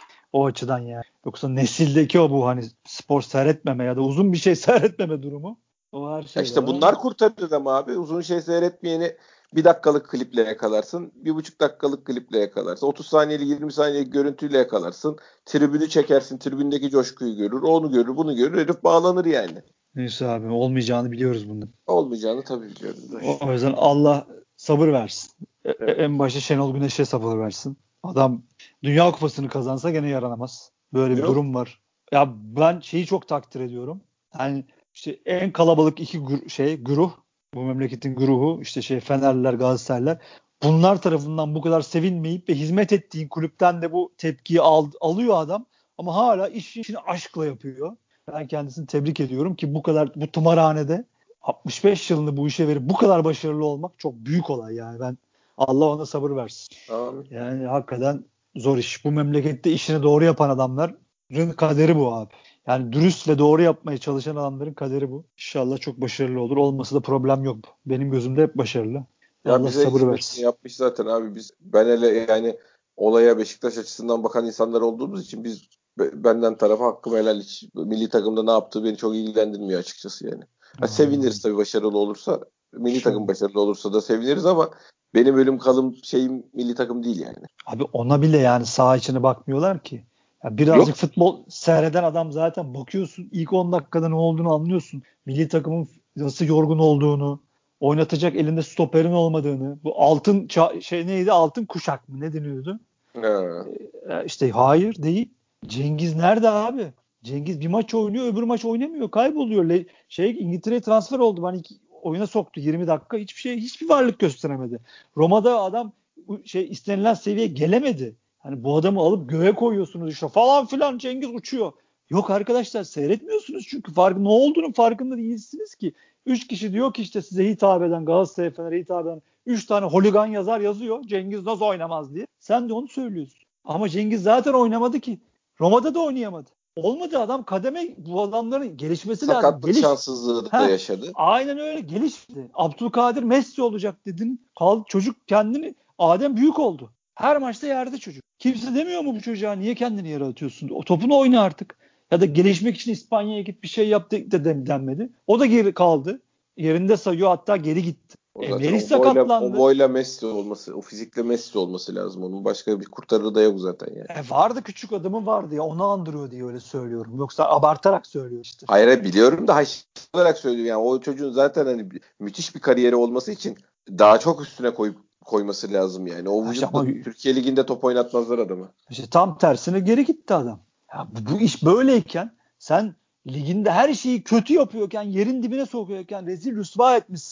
O açıdan yani. Yoksa nesildeki o bu hani spor seyretmeme ya da uzun bir şey seyretmeme durumu. O her
Ya
şeyde
işte
var.
bunlar kurtarır ama abi. Uzun şey seyretmeyeni bir dakikalık kliple yakalarsın. Bir buçuk dakikalık kliple yakalarsın. otuz saniyeli yirmi saniyelik görüntüyle yakalarsın. Tribünü çekersin. Tribündeki coşkuyu görür. Onu görür bunu görür. Herif bağlanır yani.
Neyse abi olmayacağını biliyoruz bunun.
Olmayacağını tabii biliyoruz da
O,
işte.
o yüzden Allah sabır versin. E- e-
Evet.
en başta Şenol Güneş'e sabır versin. Adam Dünya Kupası'nı kazansa gene yaranamaz. Böyle bir
Yok.
durum var. Ya ben şeyi çok takdir ediyorum. Yani işte en kalabalık iki gür- şey güruh, bu memleketin güruhu işte şey Fenerliler, Galatasaraylılar. Bunlar tarafından bu kadar sevinmeyip ve hizmet ettiğin kulüpten de bu tepkiyi al, alıyor adam. Ama hala işini aşkla yapıyor. Ben kendisini tebrik ediyorum ki bu kadar bu tımarhanede altmış beş yılını bu işe verip bu kadar başarılı olmak çok büyük olay yani. Ben Allah ona sabır versin.
Amin.
Yani hakikaten zor iş. Bu memlekette işini doğru yapan adamların kaderi bu abi. Yani dürüst ve doğru yapmaya çalışan adamların kaderi bu. İnşallah çok başarılı olur. Olması da problem yok. Benim gözümde hep başarılı.
Ya
Allah
bize
sabır
hizmetini
versin.
yapmış zaten abi. Biz ben hele yani olaya Beşiktaş açısından bakan insanlar olduğumuz için biz be- benden tarafa hakkım helal hiç milli takımda ne yaptığı beni çok ilgilendirmiyor açıkçası yani. Ha,
Aynen
seviniriz
öyle.
tabii başarılı olursa. Milli takım
İnşallah.
başarılı olursa da seviniriz ama benim ölüm kalım şeyim milli takım değil yani.
Abi ona bile yani saha içine bakmıyorlar ki. Ya birazcık
Yok.
futbol seyreden adam zaten bakıyorsun ilk on dakikada ne olduğunu anlıyorsun. Milli takımın nasıl yorgun olduğunu, oynatacak elinde stoperin olmadığını. Bu altın ça- şey neydi? Altın kuşak mı? Ne deniyordu?
Ha.
E, işte hayır değil. Cengiz nerede abi? Cengiz bir maç oynuyor, öbür maç oynamıyor. Kayboluyor. Le- şey İngiltere'ye transfer oldu. Bana iki, oyuna soktu yirmi dakika. Hiçbir şey, hiçbir varlık gösteremedi. Roma'da adam bu şey istenilen seviyeye gelemedi. Hani bu adamı alıp göğe koyuyorsunuz işte falan filan Cengiz uçuyor. Yok arkadaşlar seyretmiyorsunuz çünkü farkı ne olduğunu farkında değilsiniz ki. Üç kişi diyor ki işte size hitap eden Galatasaray Fener'e hitap eden üç tane holigan yazar yazıyor. Cengiz nasıl oynamaz diye. Sen de onu söylüyorsun. Ama Cengiz zaten oynamadı ki. Roma'da da oynayamadı. Olmadı adam kademe bu adamların gelişmesi lazım.
Sakatlık
Geliş.
şanssızlığı da
Heh,
yaşadı.
aynen öyle gelişti. Abdülkadir Messi olacak dedin. Kal, çocuk kendini Adem büyük oldu. Her maçta yerde çocuk. Kimse demiyor mu bu çocuğa niye kendini yere atıyorsun? O topunu oyna artık. Ya da gelişmek için İspanya'ya git bir şey yap de, de denmedi. O da geri kaldı. Yerinde sayıyor hatta geri gitti.
O
E,
zaten
Melih
o boyla o
sakatlandı.
boyla Messi olması, o fizikle Messi olması lazım. Onun başka bir kurtarıcı da yok zaten yani.
E, vardı küçük adamı vardı ya onu andırıyor diye öyle söylüyorum. Yoksa abartarak söylüyor işte.
Hayır hayır, biliyorum da hayır, olarak söylüyorum yani o çocuğun zaten hani bir- müthiş bir kariyeri olması için daha çok üstüne koyup koyması lazım yani. O
İşte ama
vücutla Türkiye Ligi'nde top oynatmazlar adamı.
işte tam tersine geri gitti adam. Ya bu, bu iş böyleyken sen liginde her şeyi kötü yapıyorken yerin dibine sokuyorken rezil rüsva etmişsin.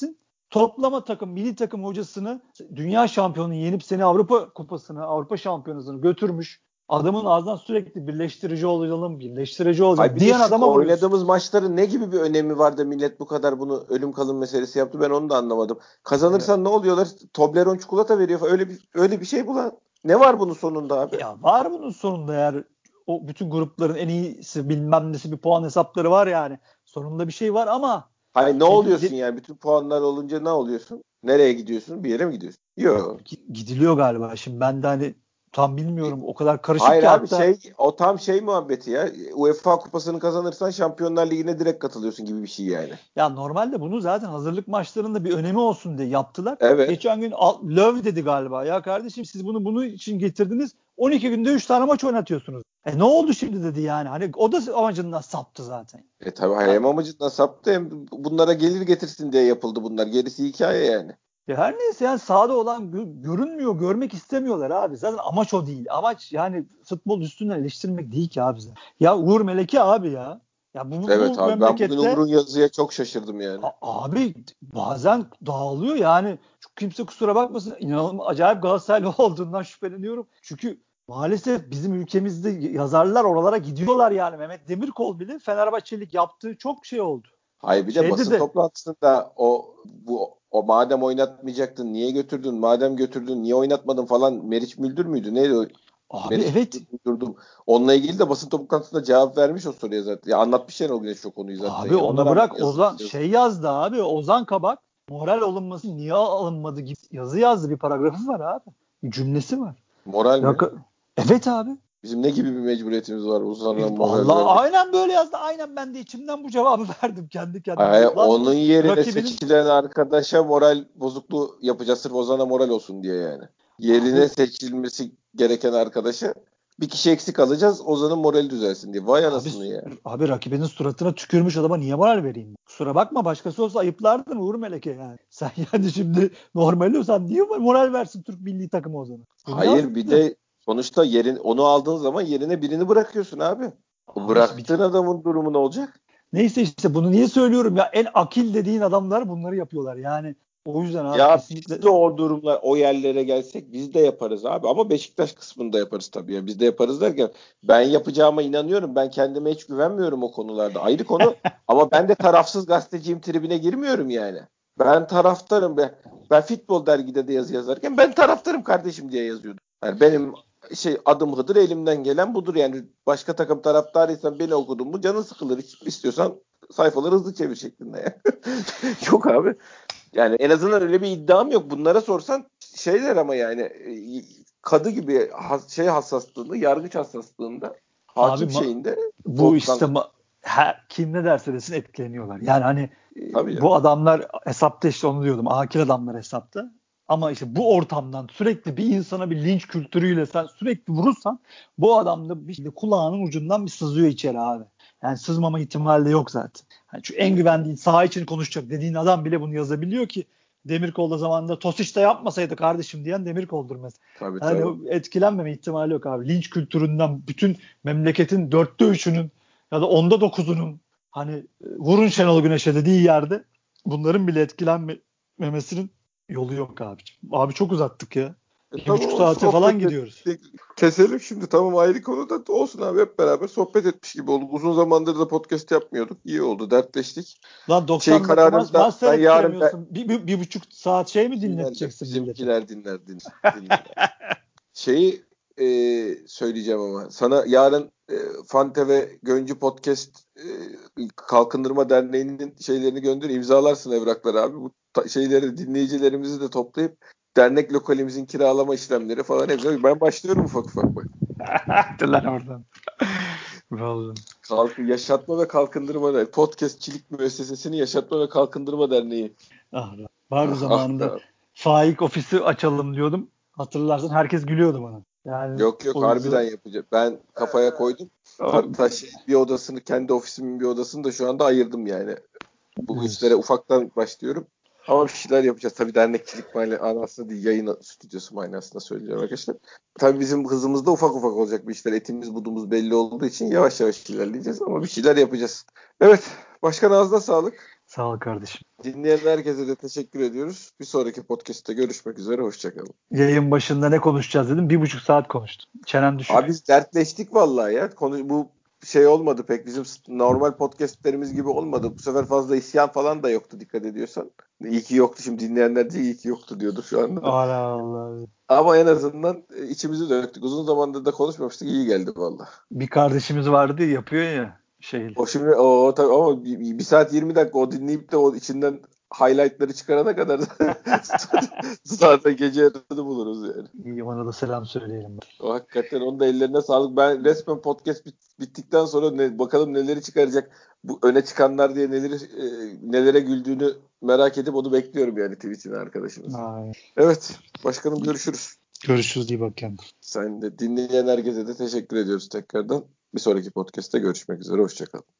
toplama takım, milli takım hocasını dünya şampiyonunu yenip seni Avrupa kupasını, Avrupa şampiyonasını götürmüş. Adamın ağzından sürekli birleştirici olalım, birleştirici
Ay
olalım
bir de
diyen
şu
adama vuruyorsun.
oynadığımız maçların ne gibi bir önemi var da millet bu kadar bunu ölüm kalım meselesi yaptı, ben onu da anlamadım. Kazanırsan
Evet.
ne oluyorlar? Toblerone çikolata veriyor falan. Öyle bir öyle bir şey bu lan. Ne var bunun sonunda abi?
Ya var bunun sonunda eğer o bütün grupların en iyisi bilmem nesi bir puan hesapları var yani. Sonunda bir şey var ama
Hayır, ne
dedi,
oluyorsun
de,
yani? Bütün puanlar olunca ne oluyorsun? Nereye gidiyorsun? Bir yere mi gidiyorsun? Yok.
abi gidiliyor galiba. Şimdi ben de hani tam bilmiyorum. O kadar karışık
Hayır
ki
abi,
hatta
şey, o tam şey muhabbeti ya. UEFA kupasını kazanırsan Şampiyonlar Ligi'ne direkt katılıyorsun gibi bir şey yani.
ya normalde bunu zaten hazırlık maçlarında bir önemi olsun diye yaptılar.
Evet.
Geçen gün Löw dedi galiba. Ya kardeşim siz bunu bunu için getirdiniz. on iki günde üç tane maç oynatıyorsunuz. E ne oldu şimdi dedi yani. Hani o da amacından saptı zaten.
E tabii, hayır,
Ya,
hem amacından saptı hem bunlara gelir getirsin diye yapıldı bunlar. Gerisi hikaye yani.
ya her neyse yani sahada olan gö- görünmüyor, görmek istemiyorlar abi. Zaten amaç o değil. Amaç yani futbol üstünden eleştirmek değil ki abi zaten. Ya Uğur Meleke abi ya. Ya bu,
Evet
bu
abi, ben bugün
memlekette
Uğur'un yazıya çok şaşırdım yani.
A- abi bazen dağılıyor yani. Çok kimse kusura bakmasın. İnanılmaz acayip Galatasaraylı olduğundan şüpheleniyorum. Çünkü maalesef bizim ülkemizde yazarlar oralara gidiyorlar yani. Mehmet Demirkol bile Fenerbahçelik yaptığı çok şey oldu.
Hayır, bir de
Şeyde
basın
de
toplantısında o bu o madem oynatmayacaktın niye götürdün? Madem götürdün niye oynatmadın falan. Meriç Müldür müydü? Neydi o?
abi
Meriç
evet
Müldür Müldürdüm. Onunla ilgili de basın toplantısında cevap vermiş o soruya zaten. Ya anlatmış yani o Güneş o konuyu zaten
abi
ya. Ona
onu
rağmen
bırak
yazdı.
Ozan
yazdı.
şey yazdı abi Ozan Kabak moral alınması niye alınmadı gibi yazı yazdı bir paragrafı var abi. Bir cümlesi var.
Moral
Ya,
mi?
evet abi.
Bizim ne gibi bir mecburiyetimiz var Ozan'a moral
Allah
vermek?
aynen böyle yazdı. Aynen ben de içimden bu cevabı verdim kendi kendime.
Ay,
Lan
onun yerine
rakibinin
seçilen arkadaşa moral bozukluğu yapacağız sırf Ozan'a moral olsun diye yani. Yerine
abi
seçilmesi gereken arkadaşa bir kişi eksik alacağız, Ozan'ın morali düzelsin diye. Vay
abi
anasını ya.
abi rakibinin suratına tükürmüş adama niye moral vereyim? Kusura bakma başkası olsa ayıplardın Uğur Meleke yani. Sen yani şimdi normal olsan niye moral versin Türk milli takımı o zaman? Bunu
Hayır, bir
yazdı.
de sonuçta yerin onu aldığın zaman yerine birini bırakıyorsun abi. O
Abi işte bir,
bıraktığın adamın durumu ne olacak?
neyse işte bunu niye söylüyorum ya en akil dediğin adamlar bunları yapıyorlar yani. O yüzden abi
Ya
kesinlikle
biz de o durumlar, o yerlere gelsek biz de yaparız abi. Ama Beşiktaş kısmında yaparız tabii ya. Biz de yaparız derken ben yapacağıma inanıyorum. Ben kendime hiç güvenmiyorum o konularda. Ayrı konu, ama ben de tarafsız gazeteciyim tribine girmiyorum yani. Ben taraftarım be. Ben Futbol Dergi'de de yazı yazarken ben taraftarım kardeşim diye yazıyordum. Yani benim şey adım Hıdır, elimden gelen budur yani. Başka takım taraftarıysan beni okudun mu canın sıkılır. İstiyorsan sayfaları hızlı çevir şeklinde ya. Yok abi. Yani en azından öyle bir iddiam yok. Bunlara sorsan şeyler ama yani e, kadı gibi has, şey hassaslığında, yargıç hassaslığında,
abi
hakim
ma-
şeyinde
bu işte
soğukkanlı.
ma- her, kim ne derse desin etkileniyorlar. Yani hani e,
Tabii
bu
canım.
adamlar hesapta işte onu diyordum. Akil adamlar hesapta. Ama işte bu ortamdan sürekli bir insana bir linç kültürüyle sen sürekli vurursan bu adam da bir şekilde kulağının ucundan bir sızıyor içeri abi. Yani sızmama ihtimali de yok zaten. Yani şu en güvendiğin saha için konuşacak dediğin adam bile bunu yazabiliyor ki Demirkol'da zamanında Tosic de yapmasaydı kardeşim diyen Demirkol'dur mesela.
Tabii tabii.
Yani etkilenmeme ihtimali yok abi. Linç kültüründen bütün memleketin dörtte üçünün ya da onda dokuzunun hani e, vurun Şenol Güneş'e dediği yerde bunların bile etkilenmemesinin yolu yok abiciğim. Abi çok uzattık ya.
E
Bir
tamam,
buçuk
o
saate falan
sohbet
gidiyoruz.
ettik. Keselim şimdi, tamam, ayrı konuda olsun abi, hep beraber sohbet etmiş gibi olduk. Uzun zamandır da podcast yapmıyorduk. İyi oldu, dertleştik.
Lan
Şey
doksan dakika maç,
kararında
maç
ben yarın da
seyrettiremiyorsun. Bir, bir, bir buçuk saat şey mi
dinlerler.
dinleteceksin millete?
Bizimkiler dinler, dinler, dinler. Şeyi e, söyleyeceğim ama sana yarın e, Fante ve Göncü Podcast e, Kalkındırma Derneği'nin şeylerini gönder, imzalarsın evrakları abi. Bu ta- şeyleri, dinleyicilerimizi de toplayıp dernek lokalimizin kiralama işlemleri falan hepsi. Ben başlıyorum ufak ufak bak.
Hadi lan oradan. Vallahi.
Kalk, Yaşatma ve Kalkındırma Derneği. Podcastçilik Müessesesini Yaşatma ve Kalkındırma Derneği.
Ah, be. Vardı
Ah, ah be
zamanında
abi.
Faik ofisi açalım diyordum. Hatırlarsın herkes gülüyordu bana. Yani
Yok yok,
o
harbiden
yüzden
yapacağım. Ben kafaya koydum.
o-
Hatta şey, bir odasını, kendi ofisimin bir odasını da şu anda ayırdım yani. Bu işlere
evet.
ufaktan başlıyorum. Ama bir şeyler yapacağız. Tabii dernekçilik manasında değil, yayın stüdyosu manasında söyleyeceğim arkadaşlar. Tabii bizim hızımız da ufak ufak olacak bu işler. Etimiz budumuz belli olduğu için yavaş yavaş ilerleyeceğiz ama bir şeyler yapacağız. Evet, başkan ağzına sağlık.
Sağ ol kardeşim.
Dinleyen herkese de teşekkür ediyoruz. Bir sonraki podcast'te görüşmek üzere. Hoşçakalın.
Yayın başında ne konuşacağız dedim. Bir buçuk saat konuştum. Çenen düşük.
Abi biz dertleştik vallahi ya. Konu, bu şey olmadı pek. Bizim normal podcastlerimiz gibi olmadı. Bu sefer fazla isyan falan da yoktu dikkat ediyorsan. İyi ki yoktu. Şimdi dinleyenler de iyi ki yoktu diyordur şu anda.
Allah Allah.
Ama en azından içimizi döktük. Uzun zamandır da konuşmamıştık. İyi geldi vallahi.
Bir kardeşimiz vardı yapıyor ya şey.
O şimdi o, o tabii ama bir, bir saat yirmi dakika o dinleyip de o içinden highlightları çıkarana kadar zaten gece yarısı buluruz yani.
İyi, ona da selam söyleyelim.
O hakikaten onun da ellerine sağlık. Ben resmen podcast bit, bittikten sonra ne, bakalım neleri çıkaracak. Bu öne çıkanlar diye neleri e, nelere güldüğünü merak edip onu bekliyorum yani Twitch'in arkadaşımız.
Ay.
Evet. Başkanım görüşürüz.
Görüşürüz, iyi bak kendine.
Sen de dinleyen herkese de teşekkür ediyoruz tekrardan. Bir sonraki podcast'te görüşmek üzere. Hoşçakalın.